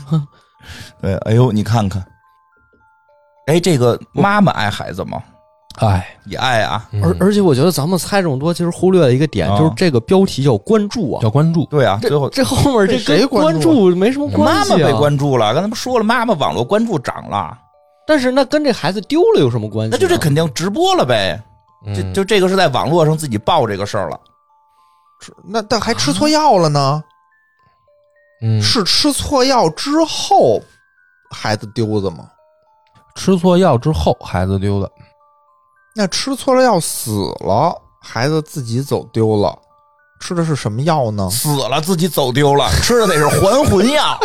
对，哎呦，你看看，哎，这个妈妈爱孩子吗？ 哎， 也爱啊。 嗯而而且我觉得咱们猜这么多，其实忽略了一个点， 啊就是这个标题叫关注啊。 要关注。 对啊，最后这后面这这谁跟关关注注没什么关系啊。 妈妈被关注了，刚才不说了，妈妈网络关注涨了， 但是那跟这孩子丢了有什么关系啊？ 那就这肯定直播了呗。 嗯就就这个是在网络上自己报这个事儿了。 那但还吃错药了呢？ 嗯， 是吃错药之后孩子丢的吗？ 吃错药之后孩子丢的。 那吃错了药死了，孩子自己走丢了，吃的是什么药呢？ 死了自己走丢了，吃的得是还魂药。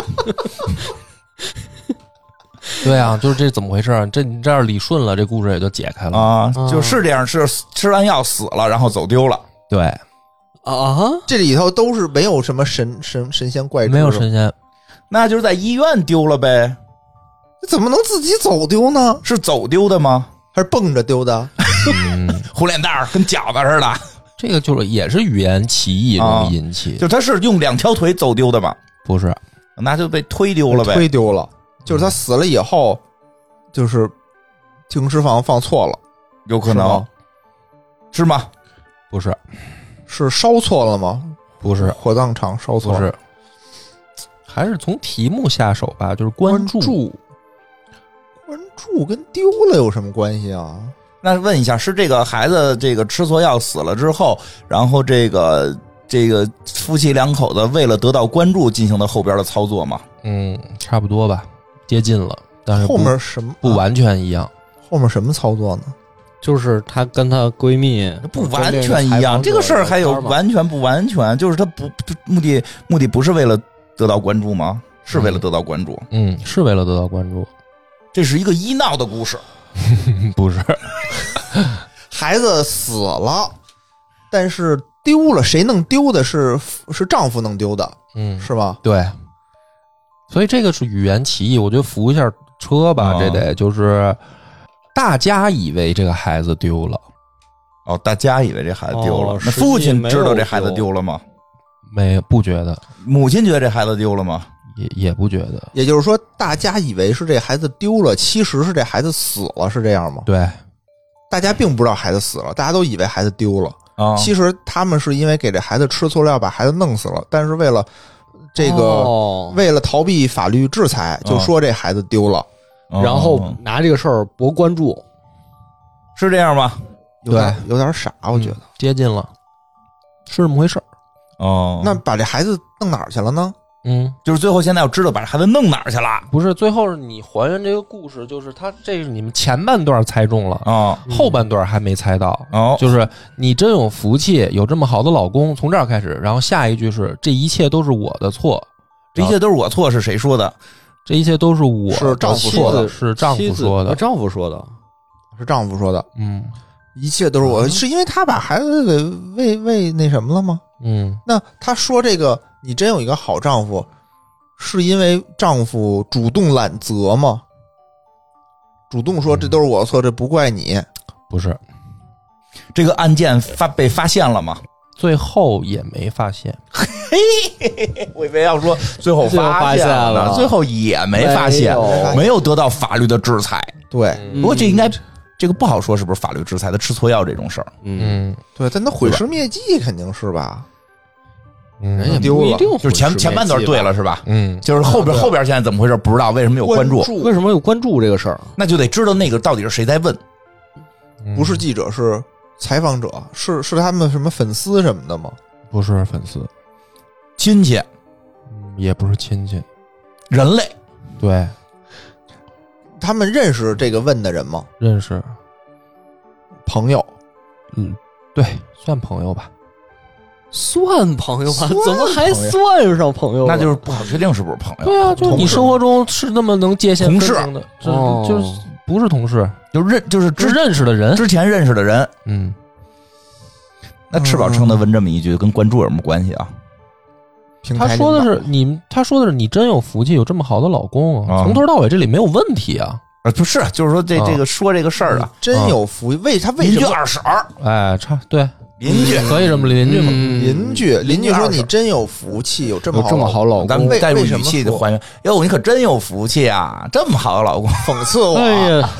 对啊，就是这怎么回事啊？这你这样理顺了，这故事也就解开了。 啊，就是这样，是吃完药死了，然后走丢了。 对， 啊， 这里头都是没有什么神神神仙怪事， 没有神仙。 那就是在医院丢了呗？ 怎么能自己走丢呢？ 是走丢的吗？ 还是蹦着丢的？ 嗯， 红脸蛋儿跟饺子似的， 这个就是也是语言歧义容易引起， 就他是用两条腿走丢的嘛？ 不是？ 那就被推丢了呗。 推丢了，就是他死了以后，就是停尸房放错了， 有可能是吗？ 不是？ 是烧错了吗？ 不是？ 火葬场烧错了， 不是？还是从题目下手吧，就是关注。 关注，关注跟丢了有什么关系啊？ 那问一下，是这个孩子这个吃错药死了之后，然后这个这个夫妻两口子为了得到关注进行的后边的操作吗？ 嗯，差不多吧，接近了，但是不后面什么不完全一样。 后面什么操作呢？ 就是她跟她闺蜜不完全一样，这个事儿还有完全不完全，就是他不目的目的不是为了得到关注吗？是为了得到关注， 嗯，是为了得到关注。 这是一个医闹的故事。 不是？ 孩子死了，但是丢了，谁弄丢的？是是丈夫弄丢的， 嗯， 是吧？ 对。所以这个是语言歧义，我觉得扶一下车吧， 哦这得就是大家以为这个孩子丢了， 哦，大家以为这孩子丢了， 哦那父亲知道这孩子实际没有丢了吗？ 没不觉得， 母亲觉得这孩子丢了吗？ 也也不觉得。 也就是说，大家以为是这孩子丢了，其实是这孩子死了，是这样吗？ 对， 大家并不知道孩子死了，大家都以为孩子丢了。 啊， 其实他们是因为给这孩子吃错了药，把孩子弄死了，但是为了这个、 哦为了逃避法律制裁，就说这孩子丢了， 哦然后拿这个事儿博关注。 是这样吗？ 有点有点傻，我觉得。 嗯接近了，是这么回事儿。 哦， 那把这孩子弄哪儿去了呢？ 嗯， 就是最后现在要知道把这孩子弄哪儿去了不是，最后你还原这个故事，就是他这是你们前半段猜中了， 哦后半段还没猜到。 哦， 就是你真有福气，有这么好的老公，从这儿开始，然后下一句是这一切都是我的错， 这一切都是我错，是谁说的？ 这一切都是我是丈夫说的是丈夫说的， 丈夫说的。 是丈夫说的， 嗯一切都是我，是因为他把孩子给喂喂那什么了吗？ 嗯， 那他说这个，你真有一个好丈夫，是因为丈夫主动揽责吗？主动说这都是我错，这不怪你。 不是， 这个案件发被发现了吗？ 最后也没发现， 我以为要说最后最后发现现了最后也没发现， 没有没有得到法律的制裁。 对不过这应该这个不好说是不是法律制裁的吃错药这种事儿。 嗯， 嗯对，但他毁尸灭迹肯定是吧？ 嗯人也丢了不一定就是前前半段对了是吧？ 嗯， 就是后边啊对后边现在怎么回事不知道，为什么有关注？ 为什么有关注这个事儿？ 那就得知道那个到底是谁在问。 嗯不是记者，是采访者，是是他们什么粉丝什么的吗？ 不是粉丝， 亲戚、 嗯也不是亲戚， 人类， 对， 他们认识这个问的人吗？ 认识， 朋友， 嗯，对，算朋友吧， 算朋友吧？ 算怎么还朋友算上朋友了？ 那就是不好确定是不是朋友。 对啊，就是你同事生活中是那么能界限同事分明的，这哦就是不是同事， 就认就是是之认识的人， 之前认识的人。 嗯， 那赤宝撑的问这么一句，跟关注有什么关系啊？ 平台他说的领导是你，他说的是你真有福气，有这么好的老公啊， 啊从头到尾这里没有问题啊， 啊，不是，就是说这啊这个说这个事儿啊， 真有福，为他为邻居什么二婶儿， 哎，差对， 邻居， 可以这么邻居嘛， 嗯邻居邻居说二婶你真有福气，有这么有这么好老公， 咱们带入为什么语气的说还原。哟，你可真有福气啊，这么好的老公。 讽刺我？ 哎呀，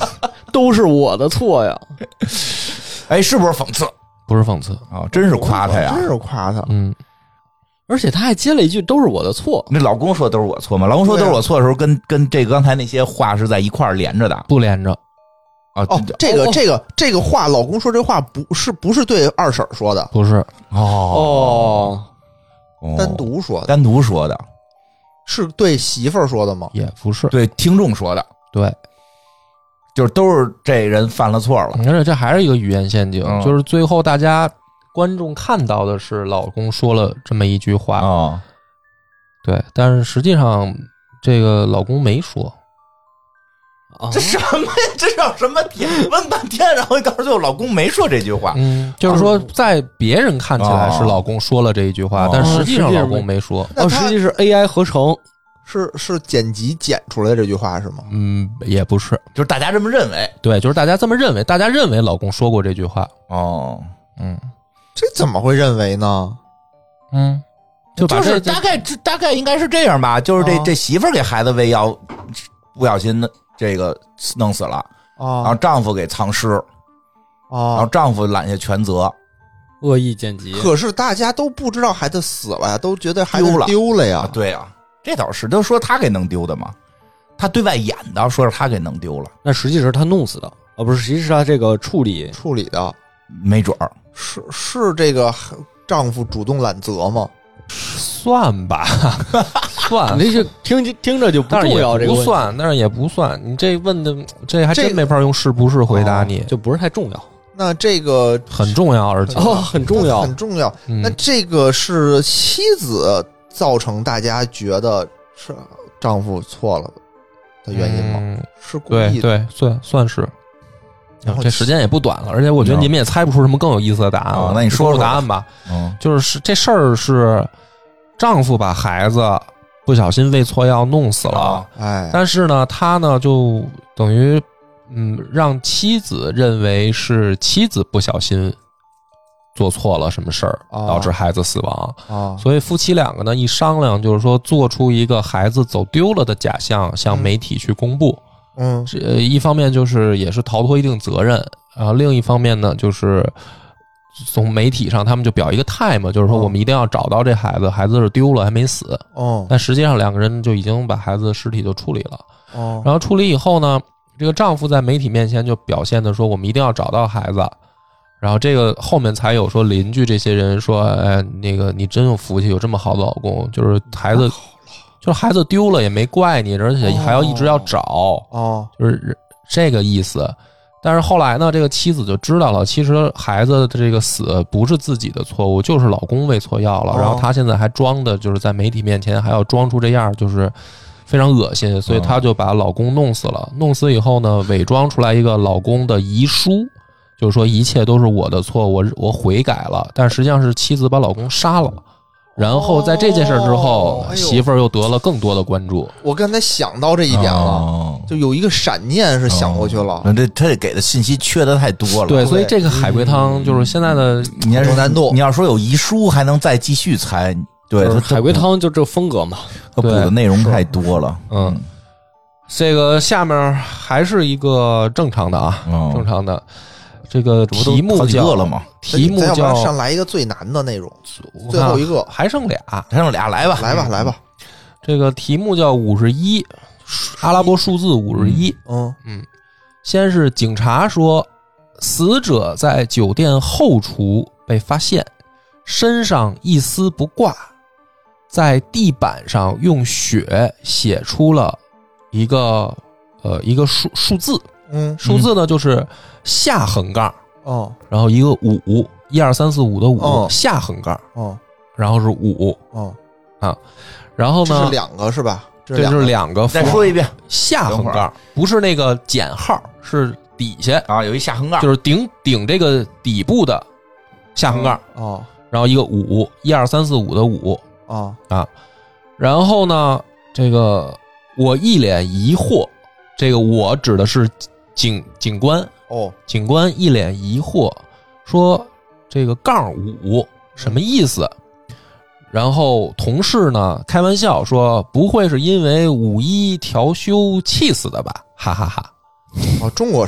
都是我的错呀。 哎，是不是讽刺？ 不是讽刺啊、哦，真是夸他呀， 真是夸他。 嗯， 而且他还接了一句：“都是我的错。” 那老公说都是我错吗？老公说都是我错的时候，跟跟这个刚才那些话是在一块儿连着的， 不连着。 啊。 哦，这个哦这个这个话，老公说这话不是不是对二婶说的， 不是哦哦， 单独说的， 单独说的， 是对媳妇儿说的吗？ 也不是， 对听众说的， 对， 就是都是这人犯了错了。 而且这还是一个语言陷阱， 嗯就是最后大家观众看到的是老公说了这么一句话， 哦， 对，但是实际上这个老公没说。 啊这什么呀？这叫什么天？问半天，然后到最后老公没说这句话。 嗯，就是说在别人看起来是老公说了这一句话， 哦但实际上老公没说。 哦， 那他实际是 A I 合成。 是是剪辑剪出来的这句话是吗？ 嗯，也不是， 就是大家这么认为。 对，就是大家这么认为，大家认为老公说过这句话。 哦， 嗯这怎么会认为呢？ 嗯，就把这就是大概这大概应该是这样吧，就是这、 哦这媳妇儿给孩子喂药，不小心的这个弄死了，然后啊丈夫给藏尸，然后啊！ 丈夫揽下全责。 恶意剪辑。 可是大家都不知道孩子死了呀，都觉得孩子丢了丢了呀啊，。对啊，这倒是，都说他给弄丢的嘛，他对外演的，说是他给弄丢了， 那实际是他弄死的，啊，不是，实际是他这个处理。 处理的没准儿。 是是这个丈夫主动揽责吗？ 算吧，算， 那就听听着就不但是重要，这个问题也不算，但是也不算。你这问的这还真这没法用是不是回答你， 就不是太重要。 那这个很重要，而且哦，很重要很。重要。 嗯那这个是妻子造成大家觉得是丈夫错了的原因吗？ 嗯是故对意的。 对，算算是。 然后这时间也不短了，而且我觉得你们也猜不出什么更有意思的答案了。 哦那你说说说答案吧。 嗯， 就是这事儿是丈夫把孩子不小心喂错药弄死了， 啊哎， 但是呢，他呢就等于嗯让妻子认为是妻子不小心做错了什么事儿， 哦导致孩子死亡。 啊， 所以夫妻两个呢一商量，就是说做出一个孩子走丢了的假象，向媒体去公布。 嗯这呃一方面就是也是逃脱一定责任，然后另一方面呢就是从媒体上他们就表一个态嘛，就是说哦我们一定要找到这孩子，孩子是丢了还没死， 哦但实际上两个人就已经把孩子的尸体就处理了。 哦然后处理以后呢，这个丈夫在媒体面前就表现的说我们一定要找到孩子，然后这个后面才有说邻居这些人说，哎，那个你真有福气，有这么好的老公，就是孩子。就是孩子丢了也没怪你，而且还要一直要找， 哦就是这个意思。但是后来呢，这个妻子就知道了，其实孩子的这个死不是自己的错误，就是老公喂错药了。 哦然后她现在还装的，就是在媒体面前还要装出这样，就是非常恶心，所以她就把老公弄死了。弄死以后呢，伪装出来一个老公的遗书，就是说一切都是我的错，我我悔改了。但实际上是妻子把老公杀了。然后在这件事之后， 哦哎呦媳妇儿又得了更多的关注。 我刚才想到这一点了， 哦就有一个闪念是想过去了。 那这他这给的信息缺的太多了。 对，所以这个海龟汤就是现在的你要是有难度你要说有遗书，还能再继续猜。对， 就是他海龟汤就这风格嘛。 他补的内容太多了。 嗯，这个下面还是一个正常的啊， 哦正常的。这个这不都题目好几叫个了吗？ 题目咱要不然叫上来一个最难的内容， 我看最后一个还剩俩。 还剩俩，来吧， 来吧来吧。 这个题目叫五十一，阿拉伯数字五十一。 嗯先是警察说，死者在酒店后厨被发现，身上一丝不挂，在地板上用血写出了一个呃一个数数字， 嗯数字呢就是下横杠， 哦然后一个五，一二三四五的五， 哦下横杠， 哦然后是五， 哦， 然后呢这是，两个是吧？这这是个两个符再说一遍下横等会杠，不是那个减号，是底下， 啊，有一下横杠， 就是顶顶这个底部的下横杠， 哦然后一个五，一二三四五的五哦啊，然后呢，这个我一脸疑惑，这个我指的是警警官， 哦警官一脸疑惑说这个杠五什么意思？然后同事呢开玩笑说不会是因为五一调休气死的吧？哈哈哈。 哦，中国事儿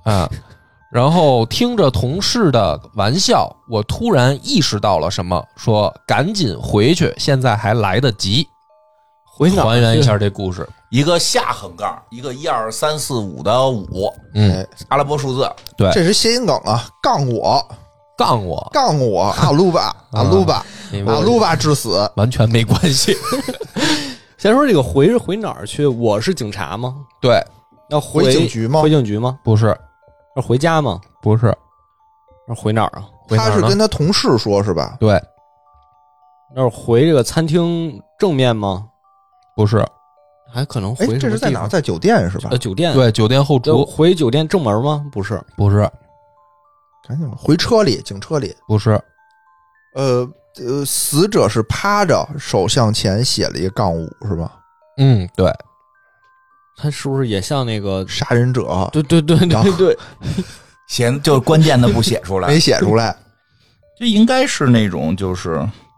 啊。然后听着同事的玩笑，我突然意识到了什么，说赶紧回去，现在还来得及。 回哪儿还原一下这故事， 一个下横杠，一个一二三四五的五， 嗯， 阿拉伯数字。 对， 这是谐音梗啊，杠我， 杠我， 杠我，阿鲁巴，阿鲁巴，阿鲁巴致死， 完全没关系。 先说这个回是回哪儿去？我是警察吗？ 对， 要回回警局吗回警局吗？ 不是， 要回家吗？ 不是， 要回哪儿啊？ 他是回哪儿呢跟他同事说是吧？ 对， 要是回这个餐厅正面吗？ 不是， 还可能哎回， 这是在哪儿？ 什么地方？ 在酒店是吧呃，？酒店。 对，酒店后要厨， 回酒店正门吗？不是， 不是， 赶紧吧，回车里，警车里。 不是， 呃呃，死者是趴着，手向前写了一个杠五是吧？ 嗯，对， 他是不是也像那个？ 杀人者对对对然后对对， 写就关键的不写出来没，写出来， 这应该是那种就是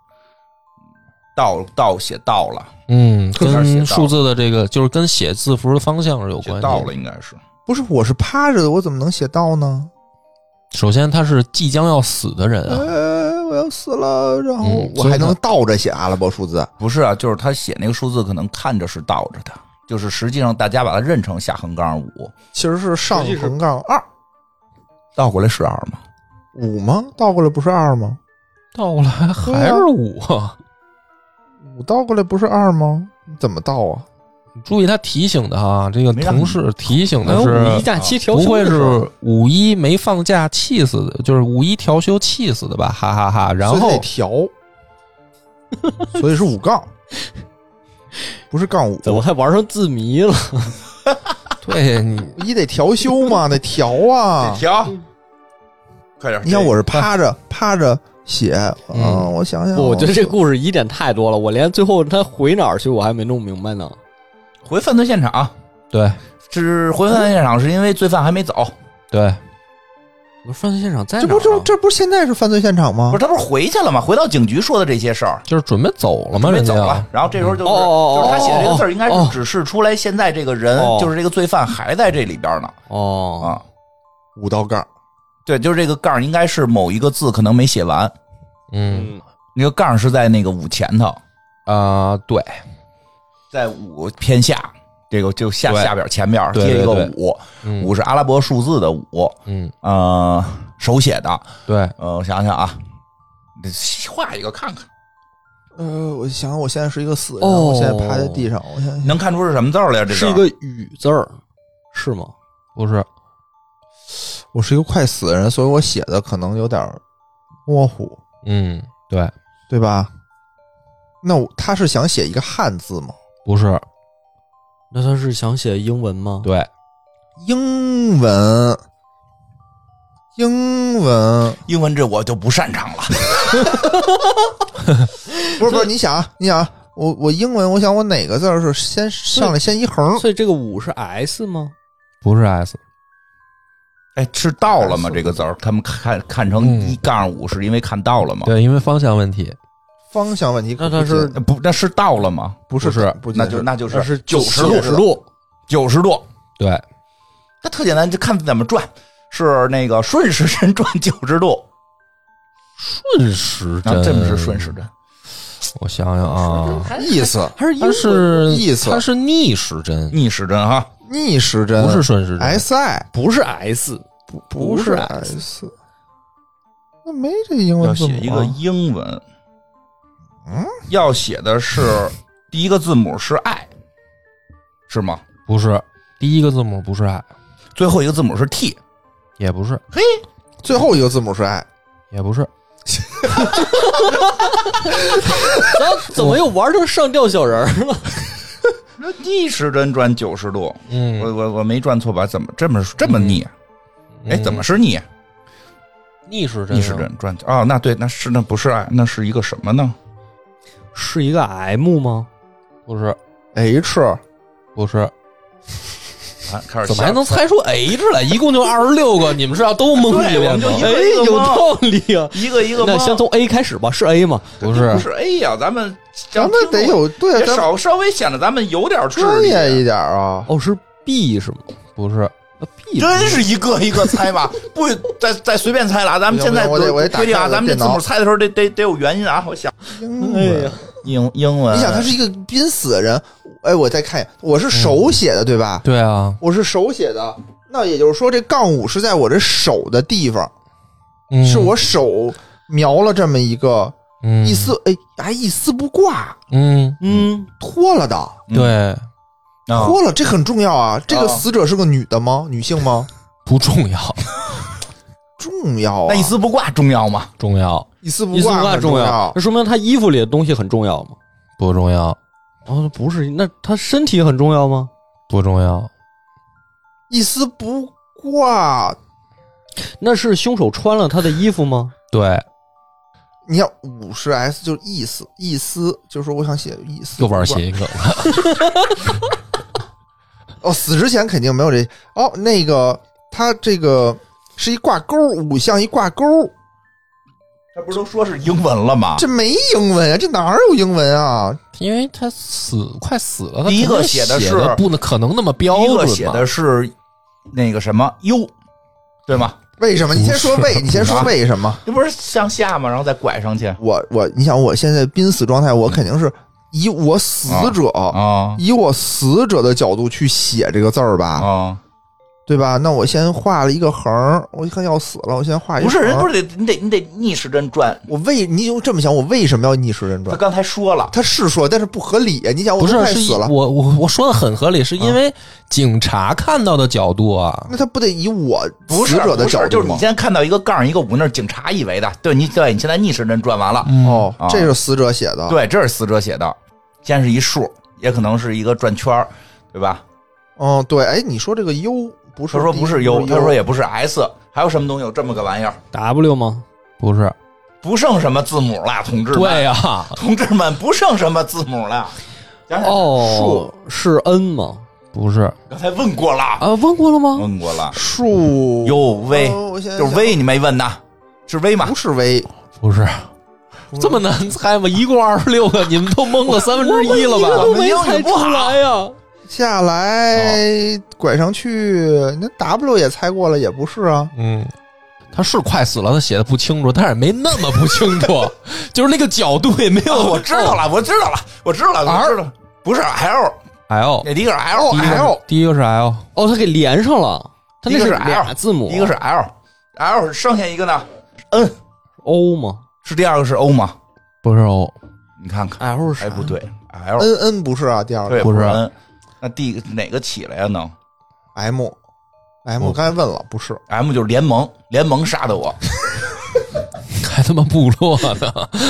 到到写到了， 嗯， 有点写到跟数字的这个就是跟写字符的方向是有关系的。 写到了应该是。 不是，我是趴着的，我怎么能写到呢？ 首先，他是即将要死的人啊， 呃，我要死了，然后嗯我还能倒着写阿拉伯数字。 不是啊，就是他写那个数字可能看着是倒着的，就是实际上大家把它认成下横杠五， 其实是上横杠二倒过来是二吗？ 五吗？倒过来不是二吗？ 倒过来还是五啊？ 五倒过来不是二吗？你怎么倒啊？ 注意他提醒的哈，这个没让同事提醒还有的是五一假期调不会休的时候是五一没放假气死的，就是五一调休气死的吧？哈哈哈！然所以后得调，所以是五杠，不是杠五。 怎么还玩成字谜了？ 对你你得调休嘛，得调啊。 调，快点！ 你看我是趴着趴着写， 嗯嗯，我想想， 我觉得这故事疑点太多了，我连最后他回哪儿去我还没弄明白呢。 回犯罪现场， 对是回犯罪现场是因为罪犯还没走， 对， 我说犯罪现场在这哪儿啊？ 不就这不是现在是犯罪现场吗？ 不是他不是回去了吗？回到警局说的这些事儿。 就是准备走了嘛， 没人家走了，然后这时候就是、 哦哦哦就是他写的这个字儿，应该哦是指示出来现在这个人、 哦就是这个罪犯还在这里边呢哦， 啊， 五道杠， 对，就是这个杠应该是某一个字可能没写完， 嗯嗯， 那个杠是在那个五前头， 啊，对在五偏下，这个就下对下边前边对接一个对对五， 嗯五是阿拉伯数字的五， 嗯， 呃，手写的， 对， 呃，我想想啊，得画一个看看， 呃，我想想，我现在是一个死人， 哦我现在趴在地上，我想想， 能看出是什么字儿来呀？这是一个雨字儿，是吗？ 不是， 我是一个快死的人，所以我写的可能有点模糊， 嗯，对， 对吧？那我他是想写一个汉字吗？ 不是， 那他是想写英文吗？ 对， 英文，英文， 英文这我就不擅长了， 不是不是，你想啊，你想啊，我我英文，我想我哪个字儿是先上来先一横？ 所以这个五是 S 吗？ 不是 S， 哎，是到了吗？这个字儿他们看看成一杠五，是因为看到了吗？ 对，因为方向问题， 方向问题可不近， 那他是呃不，那是到了吗？ 不是不是不近那就那就那是九十度九十度， 九十度， 对， 那特简单，就看怎么转，是那个顺时针转九十度， 顺时针， 啊，这么是顺时针， 我想想啊， 意思还是英它文是意思它是逆时针， 逆时针哈， 逆时针不是顺时针 S I 不是 S， 不不是是 S S，那没这英要文字母啊写一个英文， 嗯， 要写的是第一个字母是 I， 是吗？ 不是，第一个字母不是 I， 最后一个字母是 T， 也不是， 嘿， 最后一个字母是 I， 也不是， 咱怎么又玩成上吊小人儿了？ 那逆时针转九十度， 嗯， 我我我没转错吧？怎么这么这么逆？哎，怎么是是逆？ 逆时针？ 逆时针转哦，那对，那是那不是 I，那是一个什么呢？ 是一个 M 吗？ 不是， H 不是， 啊，开始怎么还能猜出 H 来？一共就二十六个，你们是要都蒙一遍吗对我们就？一个哎，有道理啊！ 一个一个蒙那先从 A 开始吧，是 A 吗？ 不是不，是 A 呀，咱们咱们得有对啊，咱们也少稍微显得咱们有点智专力业一点啊。 哦，是 B 是吗？ 不是， 真是一个一个猜吧，不再再随便猜了。咱们现在我得我得打开决定啊，咱们这字电脑母猜的时候得得得有原因啊。我想， 英哎呀文， 英英文， 你想他是一个濒死的人，哎，我再看一眼，我是手写的、嗯、对吧？ 对啊， 我是手写的，那也就是说这杠五是在我这手的地方， 嗯、 是我手描了这么一个。 嗯， 一丝哎，还一丝不挂， 嗯嗯，脱了的， 对， 脱了，这很重要啊。这个死者是个女的吗？女性吗？ 不重要， 重要啊。 那一丝不挂重要吗？ 重要， 一丝不一丝不挂重要，那说明他衣服里的东西很重要吗？ 不重要。 哦，不是，那他身体很重要吗？ 不重要。 一丝不挂， 那是凶手穿了他的衣服吗？ 对。 你看五十 S 就是意思，意思就是我想写意思， 又玩谐音梗了。 哦，死之前肯定没有这哦，那个他这个是一挂钩，五项一挂钩， 这不是都说是英文了吗？ 这没英文啊，这哪有英文啊？ 因为他死快死了， 第一个写的是不能可能那么标准， 第一个写的是那个什么 U， 对吗？ 为什么？你先说为，你先说为什么？ 这不是向下吗？然后再拐上去。 我我，你想我现在濒死状态，我肯定是以我死者啊、 哦， 以我死者的角度去写这个字儿吧，啊、 哦， 对吧？那我先画了一个横，我一看要死了，我先画一个横。 不是人不是得你得你得逆时针转。 我为你就这么想，我为什么要逆时针转？ 他刚才说了， 他是说，但是不合理。你想，我不是快死了， 我我我说的很合理，是因为警察看到的角度啊。 那他不得以我死不是者的角度吗？ 就是你现在看到一个杠一个五，那是警察以为的。对你对你现在逆时针转完了。 嗯、 哦， 啊这是死者写的。 对，这是死者写的。先是一竖，也可能是一个转圈，对吧？ 哦，对，哎，你说这个 U 不是？ 他说不是 U， 他说也不是 S， 还有什么东西有这么个玩意儿 ？W 吗？ 不是， 不剩什么字母了，同志们。 对呀、啊， 同志们，不剩什么字母了。想想哦，是 N 吗？ 不是， 刚才问过了啊，问过了吗？ 问过了。 数有 V，、 哦、 就是 V， 你没问呐？是 V 吗？ 不是 V， 不是。这么难猜吗？一共二十六个，你们都蒙了三分之一了吧？ 我没猜出来呀。 下来拐上去，那 W 也猜过了，也不是啊。 嗯，他是快死了，他写的不清楚，但是没那么不清楚，就是那个角度也没有。 哦、我知道了，我知道了，我知道了，我知道了，不是 L L， 那第一个是 L L， 第一个是 L， 哦，他给连上了，他那是俩字母， 一个是 L，L 剩下一个呢 N O 吗？ 是第二个是 O 吗？ 不是 O， 你看看 L 是哎不对 L N N 不是啊，第二个对不是 N， 那第哪个起来呀？能 M M 刚才问了，不是 M 就是联盟，联盟杀的我， 还他妈部落呢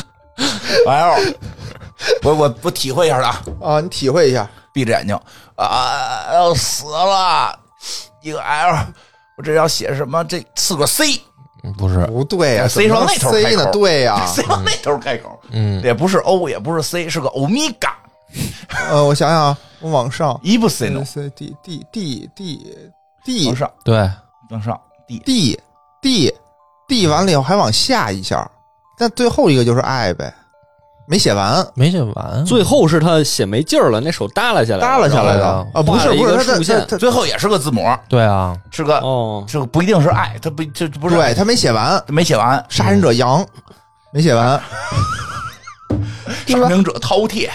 L， 我我我体会一下的啊，你体会一下， 闭着眼睛啊，要死了，一个 L， 我这要写什么？这四个 C。 不是， 不对呀、啊、 ，C 上那头 C 呢？对呀、 啊、，C 上那头开口， 嗯， 也不是 O， 也不是 C， 是个欧米伽。 呃，我想想，我往上， 一不 C 呢 ？C D D D D D， 往上， 对， 往上 D D D D 完了以后还往下一下，但最后一个就是 I 呗，没写完， 没写完， 最后是他写没劲儿了，那手耷拉下来， 耷拉下来的啊，不是不是，他他他最后也是个字母， 对啊， 是个哦， 这个不一定是 I， 他不这不是， 对他没写完， 没写完， 杀人者杨没写完， 杀人者饕餮，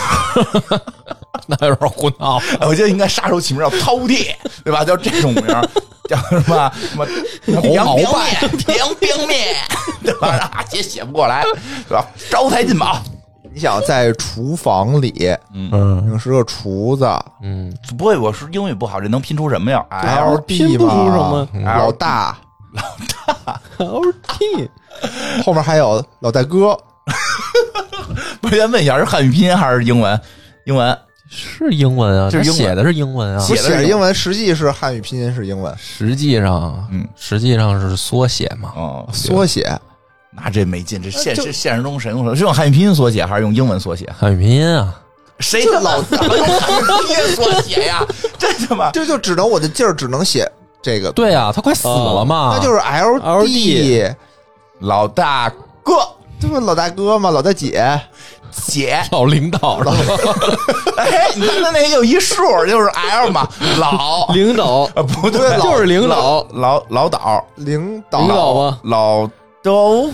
那有点胡闹， 我觉得应该杀手起名叫饕餮，对吧？叫这种名，叫什么什么凉凉面、凉冰面，对吧？啊，写写不过来，是吧？招财进宝。 你想在厨房里， 嗯， 是个厨子， 嗯， 不会，我是英语不好，这能拼出什么呀 ？L D 拼不出什么， 老大， 老大 ，L T， 后面还有老大哥。 不是，先问一下，是汉语拼音还是英文？英文是英文啊， 这是英文写的是英文啊， 不写的是写英文，实际是汉语拼音是英文， 实际上， 嗯， 实际上是缩写嘛， 哦， 缩写。 那这没劲，这现这现实中谁用？是用汉语拼音缩写还是用英文缩写？ 汉语拼音啊， 谁他妈怎么用汉语拼音缩写呀？这他妈这就只能我的劲儿只能写这个。 对啊，他快死了嘛， 那就是 L D 老大哥这不老大哥吗？老大姐， 姐， 老领导是吧？ 哎，你看他那有一数就是 L 嘛，老领导呃不对， 就是领导， 老老导领导领导吗？ 老都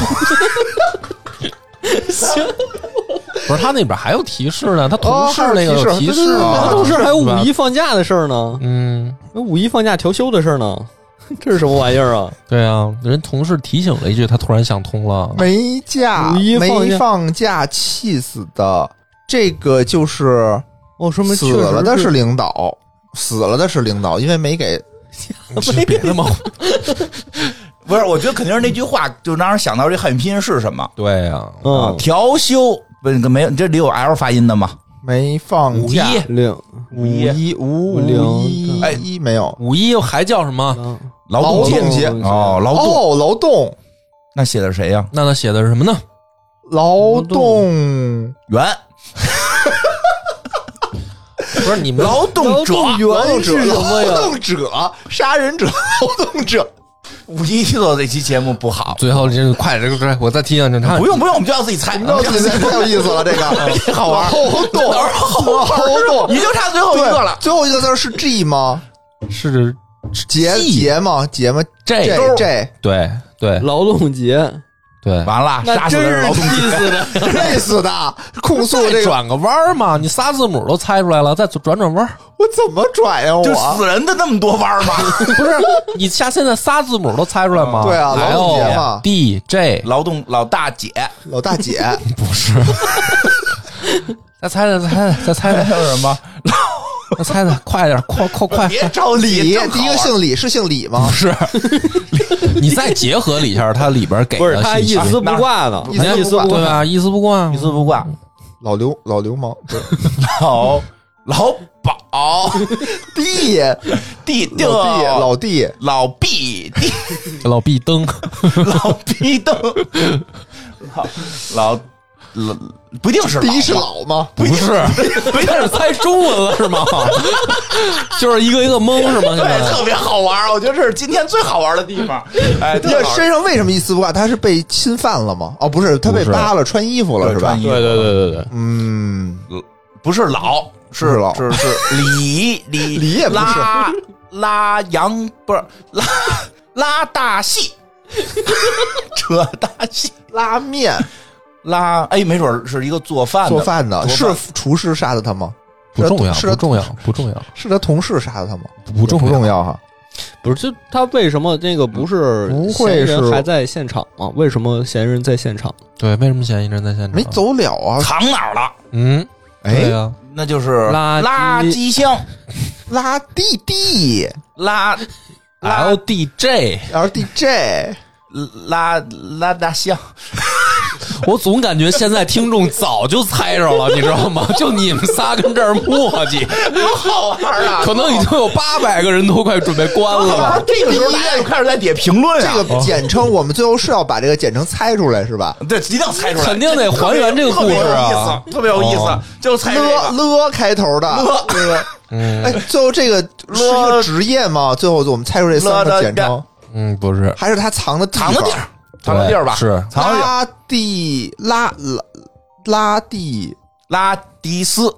行， 不是他那边还有提示呢，他同哦事那个有提示啊那都是还有五对吧一放假的事儿呢， 嗯， 有五一放假调休的事儿呢，这是什么玩意儿啊？ 对啊，人同事提醒了一句，他突然想通了。 没假五一放假没放假，气死的。这个就是哦，说明死了的是领导，死了的是领导，因为没给。 你别那么不是，我觉得肯定是那句话，就让人想到这汉语拼音是什么对呀、 啊？ 嗯， 调休不没有，这里有 L 发音的吗？ 没放五一假， 领五一五零一哎一没有。 五一还叫什么？ 劳动节劳动节哦，劳动哦，劳动那写的是谁呀？ 那他写的是什么呢？ 劳动员不是你们劳动者劳动员是什么呀？ 劳动者，杀人者，劳动者。 五一做这期节目不好， 最后这个快这个这我再提醒你，他不用不用，我们就要自己猜， 你知道这太有意思了，这个这好玩。 劳动，劳动， 你就差最后一个了。 最后一个字是 G 吗？ 是节 G 节吗？节吗？ 这这勾这对对劳动节， 对， 完了， 那杀死的是真是劳动节。 气死的。 累死的，控诉这个， 再转个弯儿嘛，你仨字母都猜出来了，再转转弯儿。 我怎么转呀？ 就我死人的那么多弯吗？ 不是你下现在�ا字母都猜出来吗？ 对啊劳动节 L 嘛 D J 劳动老大姐老大姐， 不是，再猜猜，再猜猜，再猜猜， 还有什么？ 再猜猜，快点，快快快！ 别着急， 李， 正好第一个姓李是姓李吗不？是，你再结合了一下，它里边给不是的信息他一丝不挂呢， 一丝不挂一丝不对吧？一丝不挂， 一丝不挂。 老流老流氓，不是老老鸨弟弟弟老弟老弟老毕弟老壁灯， 老毕灯老老老不一定是第一是老老吗？ 不是， 不一定是开始猜中文了是吗？就是一个一个蒙是吗？现对， 在特别好玩，我觉得这是今天最好玩的地方。哎，特你别好玩身上为什么一丝不挂？他是被侵犯了吗？哦，不是，他被不是扒了穿衣服了是吧对穿？衣服对对对对对， 嗯， 不是老，是不是老是是李李李也不是拉拉羊不是拉拉大戏，扯大戏拉面拉哎，没准是一个做饭的做饭的，是做厨师杀的他吗？ 不重要， 是他不重要，不重要， 是他同事杀的他吗？ 不重不重要哈。 不是，就他为什么那个不是不会是嫌疑人还在现场吗？为什么嫌疑人在现场？ 对，为什么嫌疑人在现场？ 没，走了啊？ 藏哪儿了？ 嗯，对哎， 呀， 那就是垃圾垃圾箱拉弟弟拉 L D J， ，L D J， 拉拉大象。 我总感觉现在听众早就猜着了，你知道吗？就你们仨跟这儿磨叽， 多好玩啊！ 可能已经有八百个人都快准备关了吧。 这个时候大家就开始在底下评论啊， 这个简称我们最后是要把这个简称猜出来是吧？ 对，一定要猜出来， 肯定得还原这个故事啊特别有意思，特别有意哦思，就猜这了个。 了开头的， 了这个嗯哎，最后这个是一个职业吗？最后我们猜出这三个简称， 嗯，不是， 还是他藏的地方藏的地儿，藏的地儿吧， 是藏的地儿。 拉蒂拉拉拉蒂拉迪斯，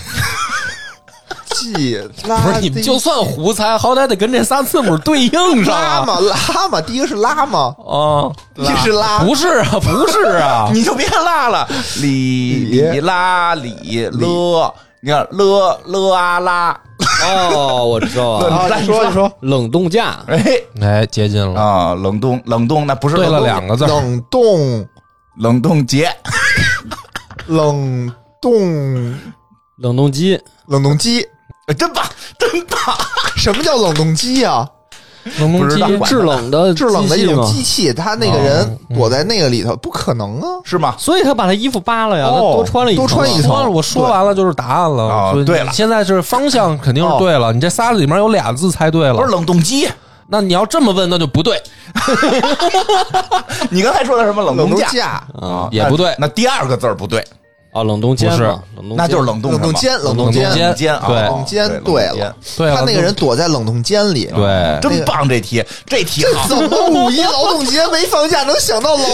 季不拉蒂是你们就算胡猜，好歹得跟这仨字母对应上拉啊！ 嘛拉嘛，第一个是拉嘛， 啊， 第一个是拉， 不是啊，不是啊， 你就别拉了，里里拉里勒，你看勒勒啊拉， 哦，我知道了， 啊你说你说冷冻架， 哎哎，接近了， 啊，冷冻冷冻那不是对了冷冻两个字儿， 冷冻冷冻节， 冷冻冷冻机， 冷冻机， 哎真棒真棒， 什么叫冷冻机呀？ 冷冻机不知道制冷的制冷的一种机器嘛， 机器，他那个人躲在那个里头，不可能啊！ 是吗？ 所以他把他衣服扒了呀， 哦他多穿了一层多穿一层说了，我说完了就是答案了。所以你哦对了现在是方向肯定是对了，你这仨里面有俩字猜对不是了， 冷冻机， 那你要这么问那就不对你刚才说的什么冷冷冻架架、 啊？ 也不对那那第二个字儿不对， 啊，冷冻间不是嘛，冷冻那就是间冷冻什么冷冻间、冷冻间、 间冷间啊， 对哦冷冻间对对冷冻间了， 对啊他那个人躲在冷冻间里， 对， 真棒！这题这题好， 怎么五一劳动节没放假能想到劳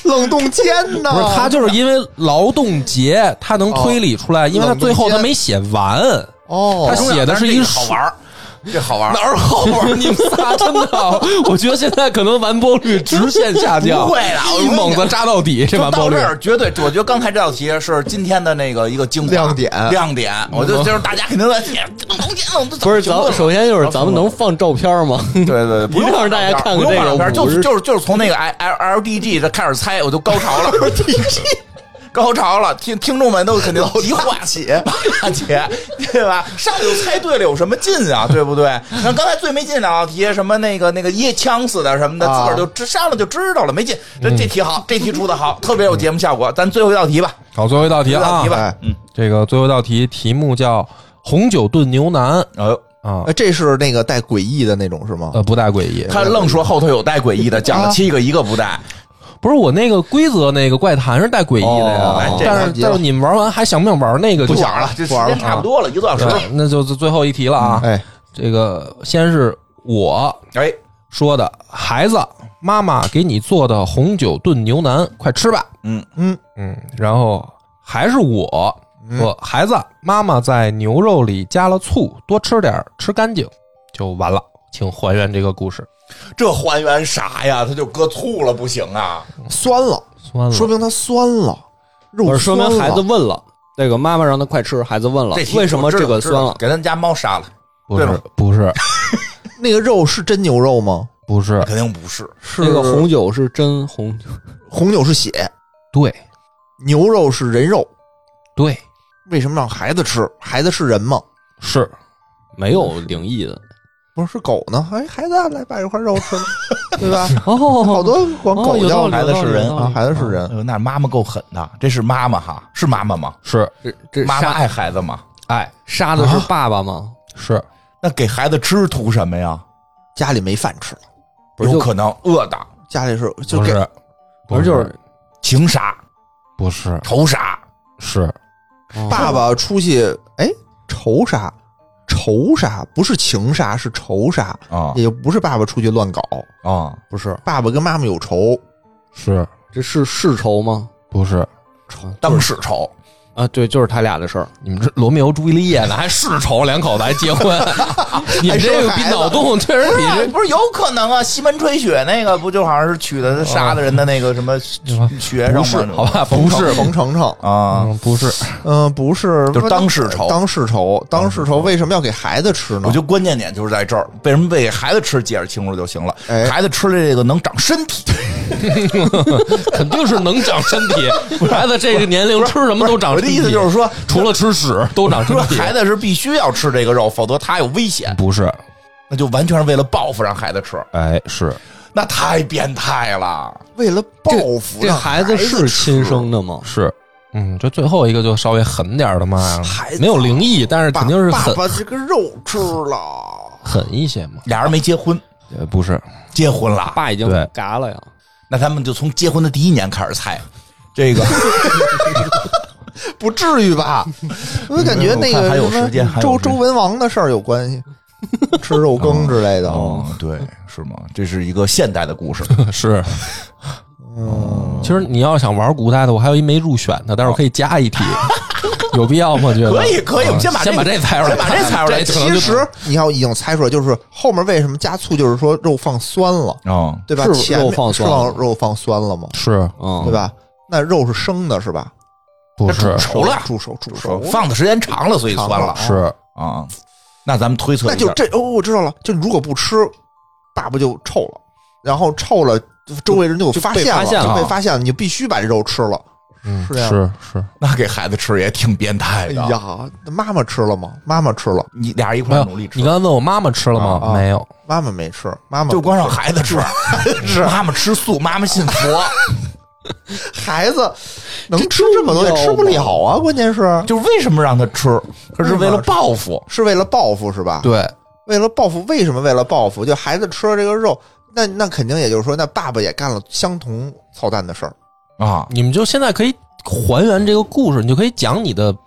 冷冻监呢？ 不是他就是因为劳动节，他能推理出来，因为他最后他没写完哦， 他写的是一好玩。这好玩， 哪儿好玩？你们仨真的，我觉得现在可能完播率直线下降。 不会的， 一猛子扎到底，这完播率绝对。我觉得刚才这道题是今天的那个一个精华亮点， 亮点。我就就是大家肯定在听， 不是咱首先就是咱们能放照片吗？ 对对，不用让大家看看这个， 就是就是就是从那个 L L D G 这开始猜，我就高潮了。L D G。高潮了，听听众们都肯定急坏起，大姐，对吧？上来就猜对了，有什么劲啊？对不对？那刚才最没劲两道题，什么那个那个一呛死的什么的，自个儿就知上来就知道了，没劲。这这题好，这题出的好，特别有节目效果。咱最后一道题吧， 好，最后一道题啊， 题吧，嗯， 这个最后一道题题目叫红酒炖牛腩。 哦。 啊， 这是那个带诡异的那种是吗？ 呃，不带诡异， 他愣说后头有带诡异的，讲了七个，一个不带。 不是我那个规则那个怪谈是带诡异的呀， 哦、 但是但是你们玩完还想不想玩那个？ 不想了，这时间差不多了，一个多小时了， 那就最后一题了啊！ 哎， 这个先是我哎说的，孩子，妈妈给你做的红酒炖牛腩，快吃吧。 嗯嗯嗯，然后还是我说，孩子，妈妈在牛肉里加了醋，多吃点，吃干净就完了。请还原这个故事。 这还原啥呀？他就搁醋了，不行啊， 酸了， 酸了， 说明他酸了，肉酸了。 说明孩子问了，这个妈妈让他快吃，孩子问了，为什么这个酸了？ 给咱家猫杀了， 不是不是， 那个肉是真牛肉吗？ 不是， 肯定不是。 是那个红酒是真红酒， 红酒是血， 对， 牛肉是人肉， 对。 为什么让孩子吃？孩子是人吗？ 是， 没有灵异的。 不是狗呢？哎，孩子来把一块肉吃了，对吧？ 哦， 好多管狗叫孩子是人啊，孩子是人。 那妈妈够狠的，这是妈妈哈，是妈妈吗？ 是， 这这妈妈爱孩子吗？ 爱。 杀的是爸爸吗？ 是。 那给孩子吃图什么呀？ 家里没饭吃了， 有可能饿的。 家里是就不是， 不是就是情杀， 不是仇杀， 是爸爸出去哎仇杀。仇杀不是情杀，是仇杀啊， 也不是爸爸出去乱搞啊， 不是爸爸跟妈妈有仇， 是这是世仇吗？ 不是， 当世仇啊，对，就是他俩的事儿。 你们这罗密欧朱丽叶呢，还世仇，两口子还结婚，你们这个比脑洞确实比这不是有可能啊？西门吹雪那个不就好像是娶的杀的人的那个什么学生吗？ 不是，好吧，不是冯程程啊， 不是，嗯，不是， 就是当世仇， 当世仇，当世仇，为什么要给孩子吃呢？ 我觉得关键点就是在这儿，为什么喂给孩子吃，解释清楚就行了。 哎、 孩子吃的这个能长身体， 肯定是能长身体。孩子这个年龄吃什么都长身体。 我的意思就是说， 除了吃屎都长身体。 孩子是必须要吃这个肉，否则他有危险。 不是， 那就完全是为了报复让孩子吃。 哎，是， 那太变态了。 为了报复， 这孩子是亲生的吗？ 是。嗯，这最后一个就稍微狠点的嘛，没有灵异，但是肯定是狠。 把这个肉吃了， 狠一些嘛。 俩人没结婚， 呃，不是结婚了， 爸已经嘎了呀。 那咱们就从结婚的第一年开始猜，这个不至于吧？我感觉那个还有时间， 周周文王的事儿有关系，吃肉羹之类的。 哦，对，是吗？这是一个现代的故事， 是。嗯，其实你要想玩古代的，我还有一没入选的，但是我可以加一题，有必要吗？觉得可以，可以，我们先把先把这猜出来， 先把这猜出来。 其实你要已经猜出来，就是后面为什么加醋，就是说肉放酸了， 哦， 对吧？ 是肉放酸， 是肉放酸了吗？ 是， 嗯， 对吧？那肉是生的，是吧？ 不是， 熟了， 煮熟，煮熟， 放的时间长了，所以酸了。 是啊，那咱们推测一下， 那就这哦，我知道了，就如果不吃，爸爸就臭了，然后臭了。周围人就发现了，就被发现了，你就必须把这肉吃了， 嗯， 是这样， 是是。 那给孩子吃也挺变态的。 哎呀，妈妈吃了吗？妈妈吃了， 你俩人一块努力吃。 你刚才问我妈妈吃了吗？ 啊、 没有， 妈妈没吃，妈妈就光让孩子吃，是妈妈吃素，妈妈信佛。 孩子能吃这么多也吃不了啊！关键是， 就是为什么让他吃？可是为了报复， 是为了报复是吧？ 对， 为了报复。为什么为了报复？就孩子吃了这个肉。那那肯定也就是说，那爸爸也干了相同操蛋的事儿啊！ 你们就现在可以还原这个故事，你就可以讲你的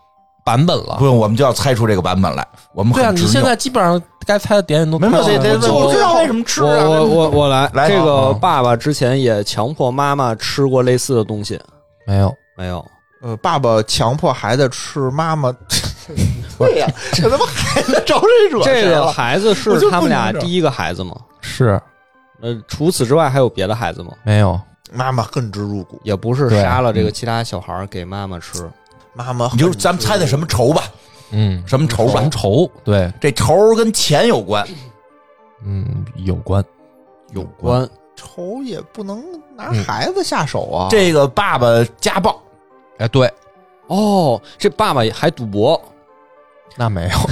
版本了不。用，我们就要猜出这个版本来。我们对啊， 很执拗你现在基本上该猜的点你都没有猜了得得不知道为什么吃啊？ 我我我我来， 来这个啊爸爸之前也强迫妈妈吃过类似的东西， 没有？ 没有？ 呃，爸爸强迫孩子吃妈妈，对呀、这他妈孩子招谁惹谁这个了？ 孩子我就是他们不能这俩第一个孩子吗？ 是呃，除此之外还有别的孩子吗？ 没有？ 妈妈恨之入骨， 也不是对杀了这个其他小孩儿给妈妈吃。 妈妈你就咱们猜猜什么仇吧？ 嗯， 什么仇吧还？仇？对， 这仇跟钱有关， 嗯，有关。 有关仇也不能拿孩子下手啊！ 这个爸爸家暴， 哎，对， 哦，这爸爸还赌博， 那没有。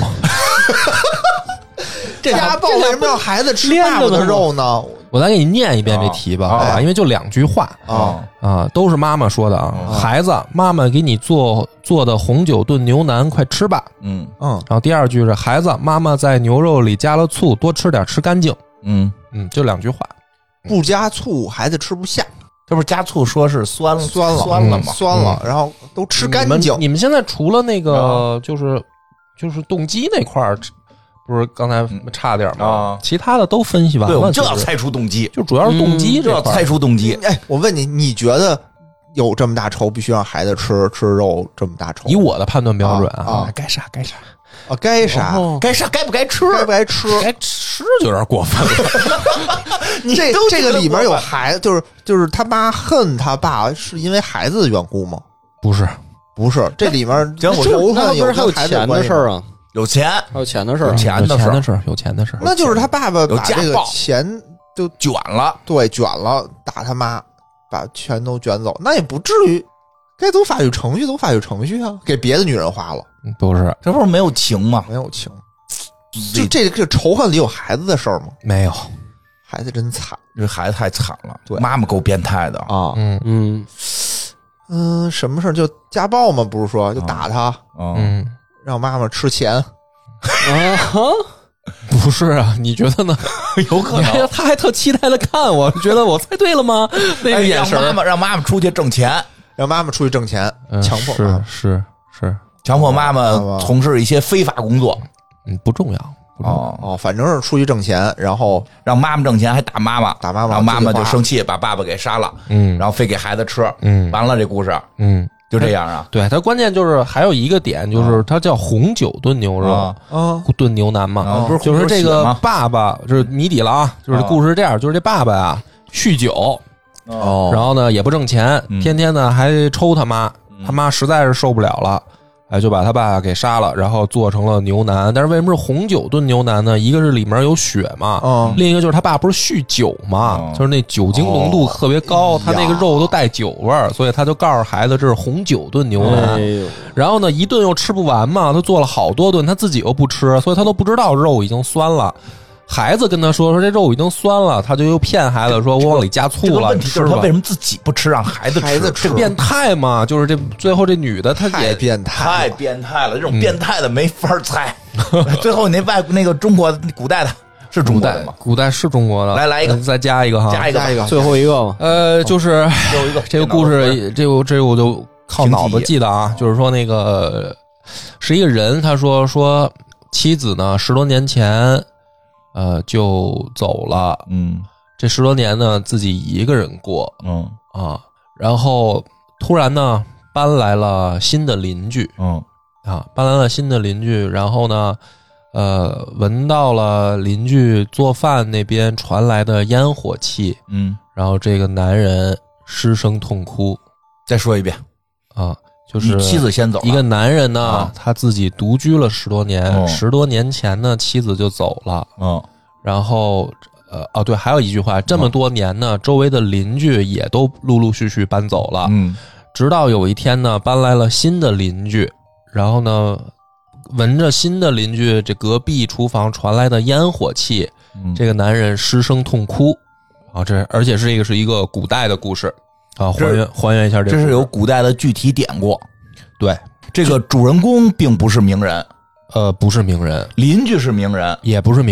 这家暴为什么让孩子吃爸爸的肉呢？ 我再给你念一遍这题吧， 啊好吧？因为就两句话啊， 啊，都是妈妈说的啊。 啊孩子，妈妈给你做做的红酒炖牛腩，快吃吧。 嗯嗯， 然后第二句是孩子，妈妈在牛肉里加了醋，多吃点，吃干净。 嗯， 嗯，就两句话。 不加醋孩子吃不下， 这不是加醋说是酸酸了酸了吗？ 酸了，然后都吃干净你们。你们现在除了那个就是就是动机那块儿，不是刚才差点吗？ 啊其他的都分析完对，我了，其实们就要猜出动机， 就主要是动机就要这块儿猜出动机。 哎，我问你，你觉得有这么大仇，必须让孩子吃吃肉这么大仇？ 以我的判断标准啊啊该杀该杀， 啊，该杀哦该杀该不该吃？ 该不该吃？ 该吃就有点过分了。 这你都这个里面有觉得孩子，就是就是他妈恨他爸，是因为孩子的缘故吗？ 不是， 不是，这里面行我仇那恨不是还有跟孩子钱关系吗的事儿啊？ 有钱还有钱的事儿有啊， 有钱的事儿钱的事儿，有钱的事儿。 那就是他爸爸有家把这个暴钱就卷了， 对卷了，打他妈，把钱都卷走，那也不至于。该走法律程序走法律程序啊，给别的女人花了， 嗯不是， 这不是没有情吗？ 没有情。就这这仇恨里有孩子的事儿吗？ 没有。 孩子真惨这孩子太惨了， 对妈妈够变态的。 啊！ 嗯嗯， 嗯，什么事儿就家暴吗？不是说就打他， 嗯， 嗯， 让妈妈吃钱， 啊哈， 不是啊，你觉得呢？ 有可你还能。 他还特期待的看我，觉得我猜对了吗？那个哎眼神儿， 让妈妈让妈妈出去挣钱， 让妈妈出去挣钱， 嗯强迫妈妈是是是， 强迫妈妈哦从事一些非法工作。 嗯，不重要，不重要。 哦， 哦，反正是出去挣钱，然后让妈妈挣钱还打妈妈， 打妈妈然后妈妈自己花就生气，把爸爸给杀了， 嗯， 然后非给孩子吃。 嗯完了，这故事嗯， 就这样啊。 对，它关键就是还有一个点，就是它叫红酒炖牛肉啊， 啊炖牛腩嘛， 啊，不是就是这个红酒血吗爸爸，就是谜底了啊，就是故事是这样，就是这爸爸呀酗酒， 哦， 然后呢也不挣钱， 嗯天天呢还抽他妈， 嗯他妈实在是受不了了。哎，就把他爸给杀了，然后做成了牛腩。但是为什么是红酒炖牛腩呢？一个是里面有血嘛， 嗯另一个就是他爸不是酗酒嘛， 哦就是那酒精浓度特别高， 哦他那个肉都带酒味儿，所以他就告诉孩子这是红酒炖牛腩。 哎呦， 然后呢，一顿又吃不完嘛，他做了好多顿，他自己又不吃，所以他都不知道肉已经酸了。孩子跟他说说这肉已经酸了，他就又骗孩子说我往里加这个醋了， 问你吃吧题就是他为。什么自己不吃，让孩子孩子吃这变态嘛，就是这最后这女的她太也变态太了， 变态了，这种变态的没法猜。最后你那外那个中国古代的是中古代国的吗？ 古代是中国的， 来来一个呃再加一个哈， 加一个吧， 加一个最后一个嘛， 呃，就是最后一个这个故事，这个这个我就靠脑子记得啊，就是说那个是一个人，他说说妻子呢十多年前呃就走了， 嗯这十多年呢自己一个人过嗯啊，然后突然呢搬来了新的邻居嗯啊，搬来了新的邻居，然后呢呃闻到了邻居做饭那边传来的烟火气， 嗯， 然后这个男人失声痛哭再说一遍， 啊，就是你妻子先走了， 一个男人呢， 啊他自己独居了十多年， 哦十多年前呢，妻子就走了， 嗯然后呃哦对，还有一句话，这么多年呢，周围的邻居也都陆陆续续搬走了， 嗯直到有一天呢，搬来了新的邻居，然后呢，闻着新的邻居这隔壁厨房传来的烟火气， 嗯， 这个男人失声痛哭啊，这而且是这个是一个古代的故事啊，还原还原一下这个故事， 这是有古代的具体典故。 对， 这个主人公并不是名人， 呃，不是名人， 邻居是名人， 也不是名人，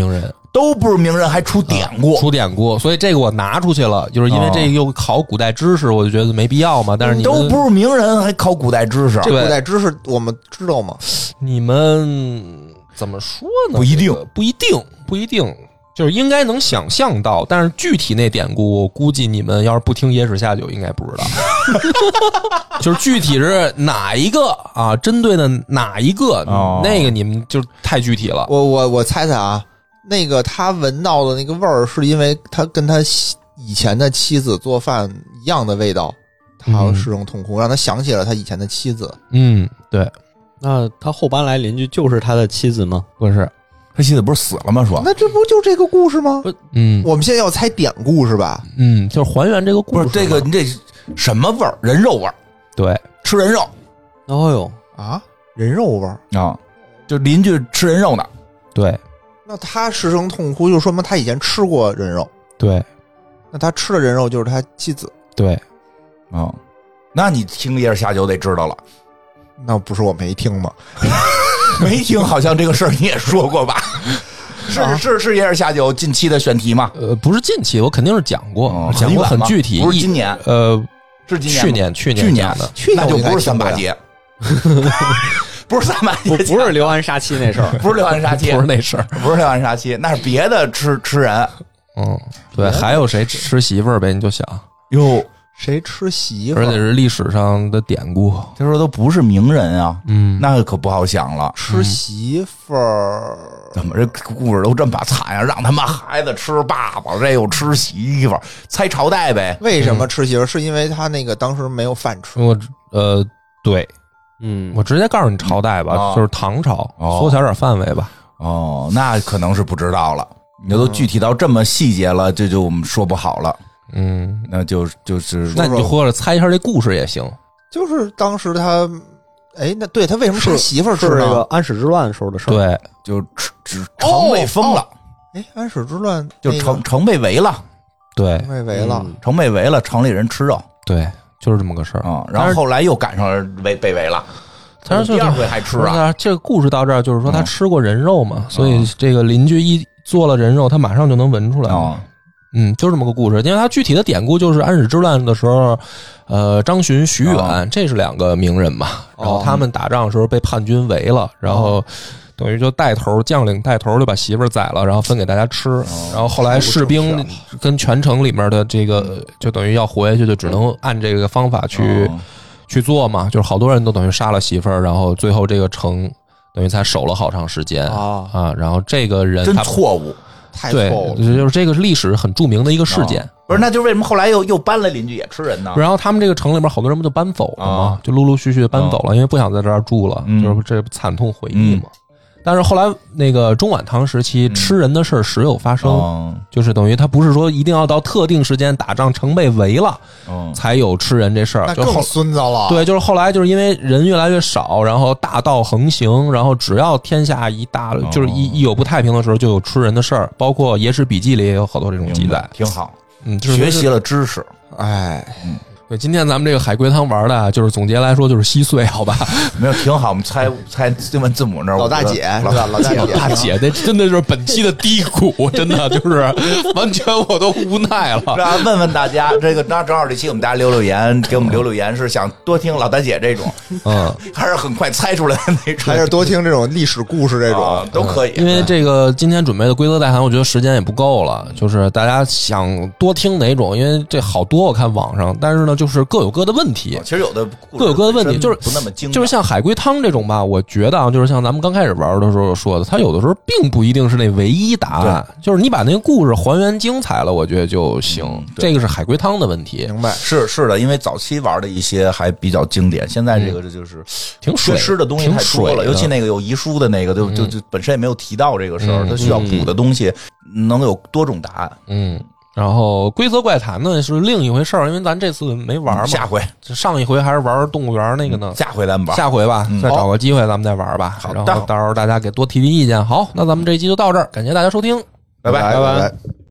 都不是名人还出典故， 出典故，所以这个我拿出去了，就是因为这个又考古代知识，我就觉得没必要嘛。但是你都不是名人还考古代知识， 这古代知识我们知道吗？ 你们怎么说呢？ 不一定， 不一定，不一定。就是应该能想象到，但是具体那典故，我估计你们要是不听野史下酒，应该不知道。就是具体是哪一个啊，针对的哪一个， 哦、 那个你们就太具体了。 我我我猜猜啊，那个他闻到的那个味儿，是因为他跟他以前的妻子做饭一样的味道，他失声痛哭，让他想起了他以前的妻子。 嗯，对。 那他后搬来邻居就是他的妻子吗？ 不是。 他妻子不是死了吗？说那这不就这个故事吗？ 嗯， 我们现在要猜典故是吧？ 嗯，就是还原这个故事。 不是这个，你这什么味儿？人肉味儿。 对， 吃人肉。 哦哟啊，人肉味儿啊，就邻居吃人肉呢。 对， 那他失声痛哭，就说明他以前吃过人肉。 对， 那他吃的人肉就是他妻子。 对， 啊、哦，那你听野史下酒得知道了。 那不是我没听吗？ 没听，好像这个事儿你也说过吧？是、啊、是是，野史下酒近期的选题吗？ 呃，不是近期，我肯定是讲过， 哦、 讲过很具体。 不是今年， 呃， 是今年， 去年，去年，去年的， 去年那就不是三八节，不是三八节， 不不是刘安杀妻那事儿， 不是刘安杀妻， 不是那事儿， 不是刘安杀妻，那是别的吃吃人。 嗯，对，还有谁吃媳妇儿呗？你就想哟。 谁吃媳妇儿？ 而且是历史上的典故。 他说都不是名人啊， 嗯， 那可不好想了。 吃媳妇儿、 嗯，怎么这故事都这么惨呀、啊？让他妈孩子吃爸爸，这又吃媳妇儿，猜朝代呗？ 为什么吃媳妇儿？嗯、是因为他那个当时没有饭吃。 我呃，对， 嗯， 我直接告诉你朝代吧， 哦、 就是唐朝， 哦、 缩小点范围吧。 哦，那可能是不知道了。你都具体到这么细节了，这就我们说不好了。 嗯， 那就就是那你就或者猜一下这故事也行。 就是当时他，哎，那对他为什么杀媳妇儿吃呢？ 是这个安史之乱的时候的事儿。 对， 就城城被封了。 哎、哦，安史之乱就城城被围了。 对， 被围了， 嗯、城被围了，城里人吃肉。 对，就是这么个事儿啊、嗯。然后后来又赶上了围被围了。 但是第二回还吃啊？ 这个故事到这儿就是说他吃过人肉嘛，嗯、所以这个邻居一做了人肉，他马上就能闻出来。 哦嗯，就这么个故事，因为它具体的典故就是安史之乱的时候，呃，张巡、徐远、哦、这是两个名人嘛，然后他们打仗的时候被叛军围了，哦、然后等于就带头将领带头就把媳妇儿宰了，然后分给大家吃，哦、然后后来士兵跟全城里面的这个就等于要活下去，就只能按这个方法去、哦、去做嘛，就是好多人都等于杀了媳妇儿，然后最后这个城等于才守了好长时间、 哦、 啊，然后这个人真错误。 太错误了， 对，就是这个是历史很著名的一个事件。 哦、不是，那就为什么后来又又搬了邻居也吃人呢？ 然后他们这个城里边好多人不就搬走了吗？ 哦、 就陆陆续续搬走了，哦、因为不想在这儿住了， 嗯、 就是这惨痛回忆嘛。嗯、但是后来那个中晚唐时期，吃人的事儿时有发生， 哦、 就是等于他不是说一定要到特定时间打仗城被围了， 哦、 才有吃人这事儿， 就更孙子了。 对，就是后来就是因为人越来越少，然后大道横行，然后只要天下一大， 哦、 就是一一有不太平的时候，就有吃人的事儿，包括野史笔记里也有好多这种记载， 挺好。 嗯，就是学习了知识。 哎， 嗯。 对，今天咱们这个海龟汤玩的，就是总结来说就是稀碎，好吧？ 没有，挺好。我们猜猜英文字母那儿， 老大姐是吧？老大姐， 大姐，这真的就是本期的低谷，真的就是完全我都无奈了。 是啊，问问大家，这个那正好这期我们大家留留言，给我们留留言，是想多听老大姐这种， 嗯， 还是很快猜出来的那种， 还是多听这种历史故事这种、 啊、都可以、 嗯。因为这个今天准备的规则代谈，我觉得时间也不够了，就是大家想多听哪种，因为这好多我看网上，但是呢，就是各有各的问题。问题其实有的各有各的问题，就是不那么精， 就是像海龟汤这种吧，我觉得啊，就是像咱们刚开始玩的时候说的，它有的时候并不一定是那唯一答案，就是你把那个故事还原精彩了，我觉得就行。嗯、这个是海龟汤的问题， 明白？ 是是的，因为早期玩的一些还比较经典，现在这个就是挺缺失的东西太多了，尤其那个有遗书的那个，就就就本身也没有提到这个事儿，它、嗯、需要补的东西能有多种答案， 嗯。然后规则怪谈呢是另一回事儿，因为咱这次没玩嘛。 下回上一回还是玩动物园那个呢， 下回咱们玩， 下回吧， 嗯、 再找个机会咱们再玩吧。 好的， 然后到时候大家给多提提意见。好，那咱们这一期就到这儿，感谢大家收听， 拜拜拜拜。